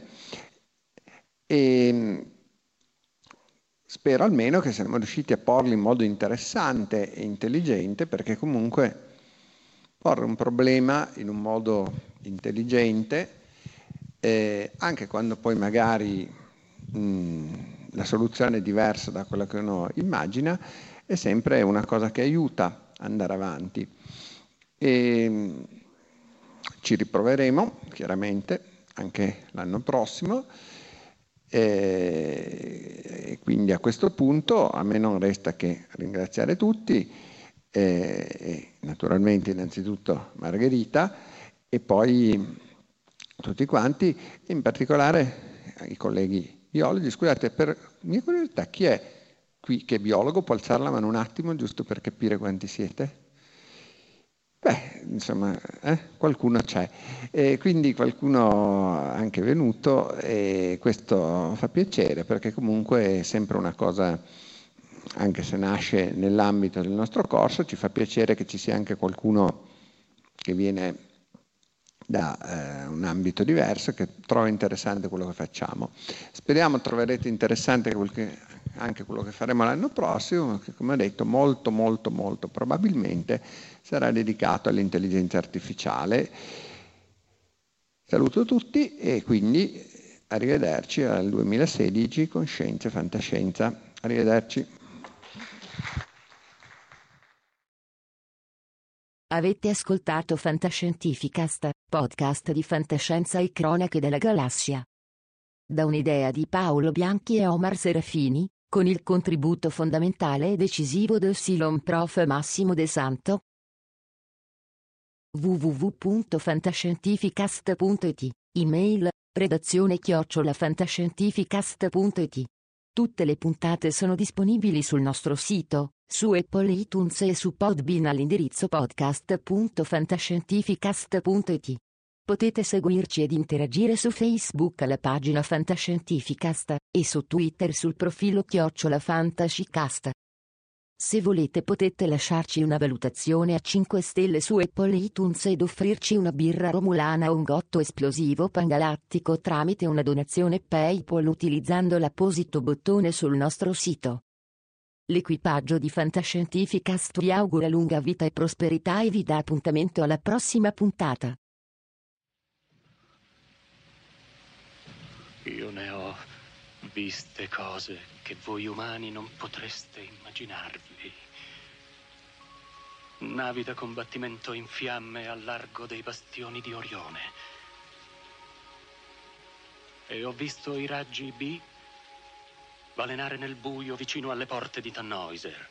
e spero almeno che siamo riusciti a porli in modo interessante e intelligente, perché comunque porre un problema in un modo intelligente, anche quando poi magari la soluzione è diversa da quella che uno immagina, è sempre una cosa che aiuta ad andare avanti. E ci riproveremo chiaramente anche l'anno prossimo, e quindi a questo punto a me non resta che ringraziare tutti, e naturalmente innanzitutto Margherita e poi tutti quanti, in particolare i colleghi biologi. Scusate, per mia curiosità, chi è qui che è biologo? Può alzare la mano un attimo, giusto per capire quanti siete? Beh, insomma, qualcuno c'è. E quindi qualcuno è anche venuto, e questo fa piacere, perché comunque è sempre una cosa, anche se nasce nell'ambito del nostro corso, ci fa piacere che ci sia anche qualcuno che viene da un ambito diverso, che trova interessante quello che facciamo. Speriamo troverete interessante anche quello che faremo l'anno prossimo, che come ho detto molto probabilmente sarà dedicato all'intelligenza artificiale. Saluto tutti e quindi arrivederci al 2016 con Scienza e Fantascienza. Arrivederci. Avete ascoltato Fantascientificast, podcast di fantascienza e cronache della galassia. Da un'idea di Paolo Bianchi e Omar Serafini, con il contributo fondamentale e decisivo del Silon Prof. Massimo De Santo. www.fantascientificast.it, email, redazione@fantascientificast.it. Tutte le puntate sono disponibili sul nostro sito, su Apple iTunes e su Podbean all'indirizzo podcast.fantascientificast.it. Potete seguirci ed interagire su Facebook alla pagina Fantascientificast, e su Twitter sul profilo @Fantascicast. Se volete potete lasciarci una valutazione a 5 stelle su Apple iTunes ed offrirci una birra romulana o un gotto esplosivo pangalattico tramite una donazione PayPal utilizzando l'apposito bottone sul nostro sito. L'equipaggio di Fantascientificast vi augura lunga vita e prosperità e vi dà appuntamento alla prossima puntata. Io ne ho viste cose che voi umani non potreste immaginarvi. Navi da combattimento in fiamme al largo dei bastioni di Orione. E ho visto i raggi B balenare nel buio vicino alle porte di Tannhäuser.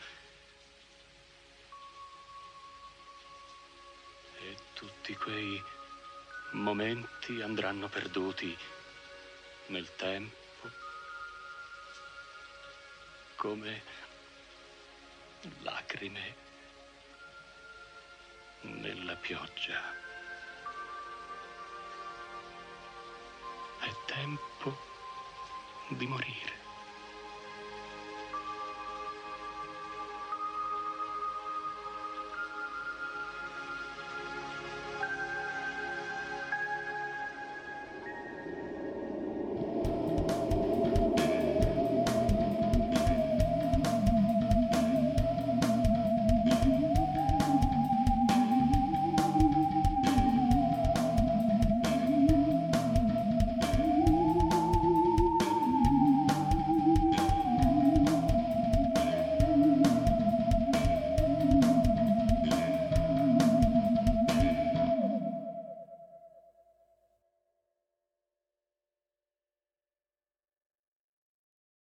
E tutti quei momenti andranno perduti nel tempo, come lacrime nella pioggia. È tempo di morire.